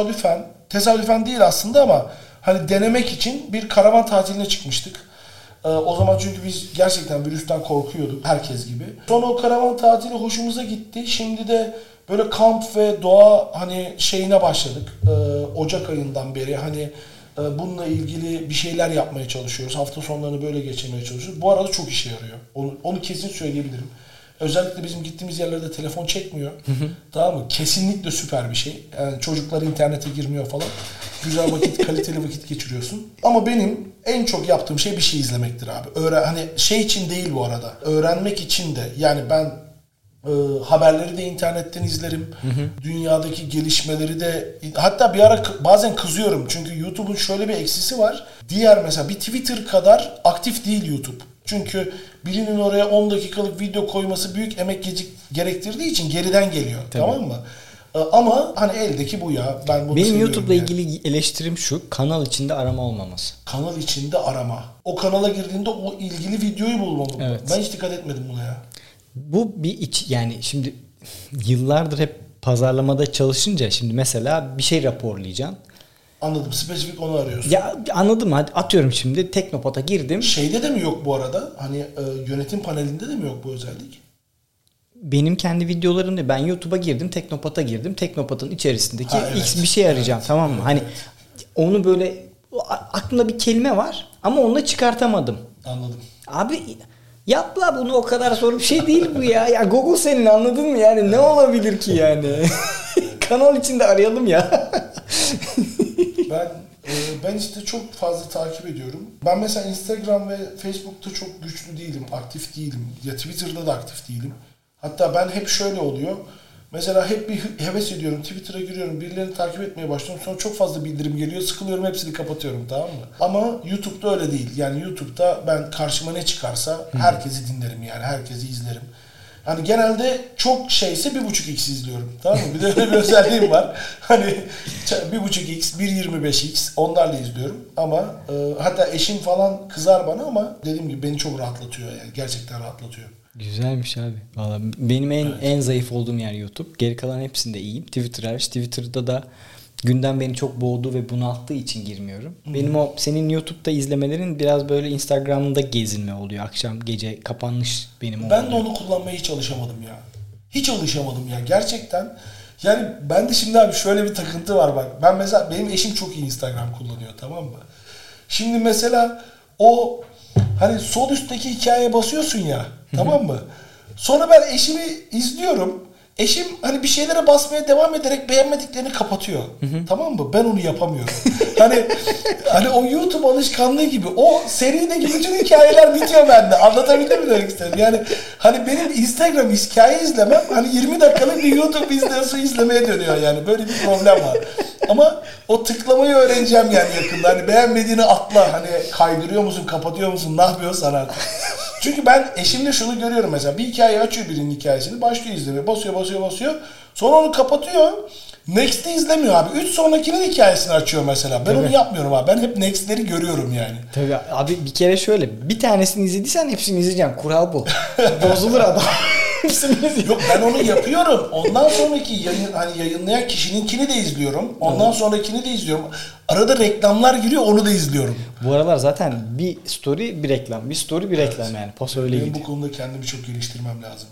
tesadüfen değil aslında ama hani denemek için bir karavan tatiline çıkmıştık. O zaman çünkü biz gerçekten virüsten korkuyorduk herkes gibi. Sonra o karavan tatili hoşumuza gitti. Şimdi de böyle kamp ve doğa hani şeyine başladık. Ocak ayından beri hani bununla ilgili bir şeyler yapmaya çalışıyoruz. Hafta sonlarını böyle geçirmeye çalışıyoruz. Bu arada çok işe yarıyor. Onu kesin söyleyebilirim. Özellikle bizim gittiğimiz yerlerde telefon çekmiyor. Tamam mı? Kesinlikle süper bir şey. Yani çocuklar internete girmiyor falan. Güzel vakit, kaliteli vakit geçiriyorsun. Ama benim en çok yaptığım şey bir şey izlemektir abi. Hani şey için değil bu arada. Öğrenmek için de. Yani ben haberleri de internetten izlerim. Dünyadaki gelişmeleri de, hatta bir ara bazen kızıyorum. Çünkü YouTube'un şöyle bir eksisi var. Diğer mesela bir Twitter kadar aktif değil YouTube. Çünkü birinin oraya 10 dakikalık video koyması büyük emek gerektirdiği için geriden geliyor. Tabii. Tamam mı? Ama hani eldeki bu ya. Ben bunu benim YouTube'la ilgili eleştirim şu: kanal içinde arama olmaması. Kanal içinde arama. O kanala girdiğinde o ilgili videoyu bulmamı. Evet. Ben hiç dikkat etmedim buna ya. Bu yani şimdi yıllardır hep pazarlamada çalışınca şimdi mesela bir şey raporlayacaksın. Anladım. Spesifik onu arıyorsun. Ya anladım. Hadi atıyorum şimdi Teknopat'a girdim. Şeyde de mi yok bu arada? Hani yönetim panelinde de mi yok bu özellik? Benim kendi videolarımda ben YouTube'a girdim, Teknopat'a girdim. Teknopat'ın içerisindeki X bir şey arayacağım, tamam mı? Evet, hani onu böyle aklımda bir kelime var ama onu da çıkartamadım. Anladım. Abi yapla bunu, o kadar zor bir şey değil bu ya. Ya Google senin, anladın mı yani? Ne olabilir ki yani? Kanal içinde arayalım ya. Ben işte çok fazla takip ediyorum. Ben mesela Instagram ve Facebook'ta çok güçlü değilim, aktif değilim. Ya Twitter'da da aktif değilim. Hatta ben hep şöyle oluyor. Mesela hep bir heves ediyorum. Twitter'a giriyorum, birilerini takip etmeye başlıyorum. Sonra çok fazla bildirim geliyor, sıkılıyorum, hepsini kapatıyorum, tamam mı? Ama YouTube'da öyle değil. Yani YouTube'da ben karşıma ne çıkarsa herkesi dinlerim yani, herkesi izlerim. Hani genelde çok şeyse 1.5x izliyorum. Tamam mı? Bir de öyle bir özelliğim var. Hani 1.5x, 1.25x onlarla izliyorum. Ama hatta eşim falan kızar bana ama dediğim gibi beni çok rahatlatıyor yani. Gerçekten rahatlatıyor. Güzelmiş abi. Vallahi benim en zayıf olduğum yer YouTube. Geri kalan hepsinde iyiyim. Twitter hariç. Twitter'da da gündem beni çok boğduğu ve bunalttığı için girmiyorum. Benim o senin YouTube'da izlemelerin biraz böyle Instagram'da gezinme oluyor. Akşam gece kapanmış benim. Ben de onu kullanmaya hiç alışamadım ya. Hiç alışamadım ya gerçekten. Yani ben de şimdi abi şöyle bir takıntı var bak. Ben mesela benim eşim çok iyi Instagram kullanıyor, tamam mı? Şimdi mesela o hani sol üstteki hikayeye basıyorsun ya, tamam mı? Sonra ben eşimi izliyorum. Eşim hani bir şeylere basmaya devam ederek beğenmediklerini kapatıyor. Tamam mı? Ben onu yapamıyorum. hani o YouTube alışkanlığı gibi o serideki bütün hikayeler bitiyor bende. Anlatabildim mi demek istedim? Yani hani benim Instagram hikaye izlemem hani 20 dakikalık bir YouTube videosu izlemeye dönüyor yani. Böyle bir problem var. Ama o tıklamayı öğreneceğim yani yakında. Hani beğenmediğini atla. Hani kaydırıyor musun, kapatıyor musun, ne yapıyorsan artık. Çünkü ben eşimde şunu görüyorum mesela. Bir hikaye açıyor, birinin hikayesini. Başlıyor izlemeye. Basıyor. Sonra onu kapatıyor. Next'i izlemiyor abi. 3 sonrakinin hikayesini açıyor mesela. Ben onu yapmıyorum abi. Ben hep Next'leri görüyorum yani. Tabii abi, bir kere şöyle. Bir tanesini izlediysen hepsini izleyeceksin. Kural bu. Bozulur adam. Yok, ben onu yapıyorum. Ondan sonraki yayınlayan kişininkini de izliyorum. Ondan sonrakini de izliyorum. Arada reklamlar giriyor, onu da izliyorum. Bu aralar zaten bir story bir reklam. Bir story bir reklam yani. Pos öyle gidiyor. Benim bu konuda kendimi çok geliştirmem lazım.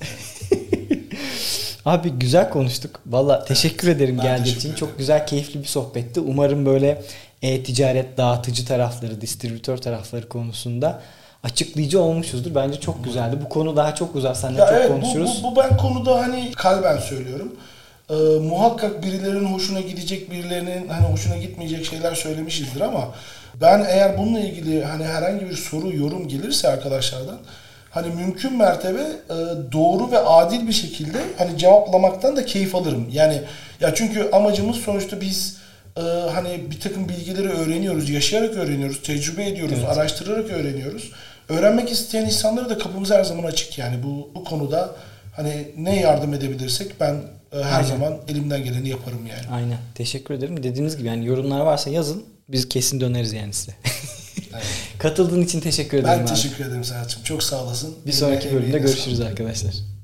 Abi güzel konuştuk. Valla teşekkür ederim geldiğin için. ederim. Çok güzel, keyifli bir sohbetti. Umarım böyle e-ticaret dağıtıcı tarafları, distribütör tarafları konusunda açıklayıcı olmuşuzdur. Bence çok güzeldi. Bu konu daha çok uzar. Seninle çok konuşuruz. Bu ben konuda hani kalben söylüyorum. Muhakkak birilerinin hoşuna gidecek, birilerinin hani hoşuna gitmeyecek şeyler söylemişizdir ama ben eğer bununla ilgili hani herhangi bir soru, yorum gelirse arkadaşlardan hani mümkün mertebe doğru ve adil bir şekilde hani cevaplamaktan da keyif alırım. Yani ya çünkü amacımız sonuçta biz hani bir takım bilgileri öğreniyoruz, yaşayarak öğreniyoruz, tecrübe ediyoruz, araştırarak öğreniyoruz. Öğrenmek isteyen insanlara da kapımız her zaman açık yani bu konuda hani ne yardım edebilirsek ben her zaman elimden geleni yaparım yani. Aynen. Teşekkür ederim. Dediğiniz gibi yani yorumlar varsa yazın. Biz kesin döneriz yani size. Katıldığın için teşekkür ederim. Ben teşekkür ederim Serhat'cığım. Çok sağ olasın. Bir sonraki bölümde görüşürüz arkadaşlar.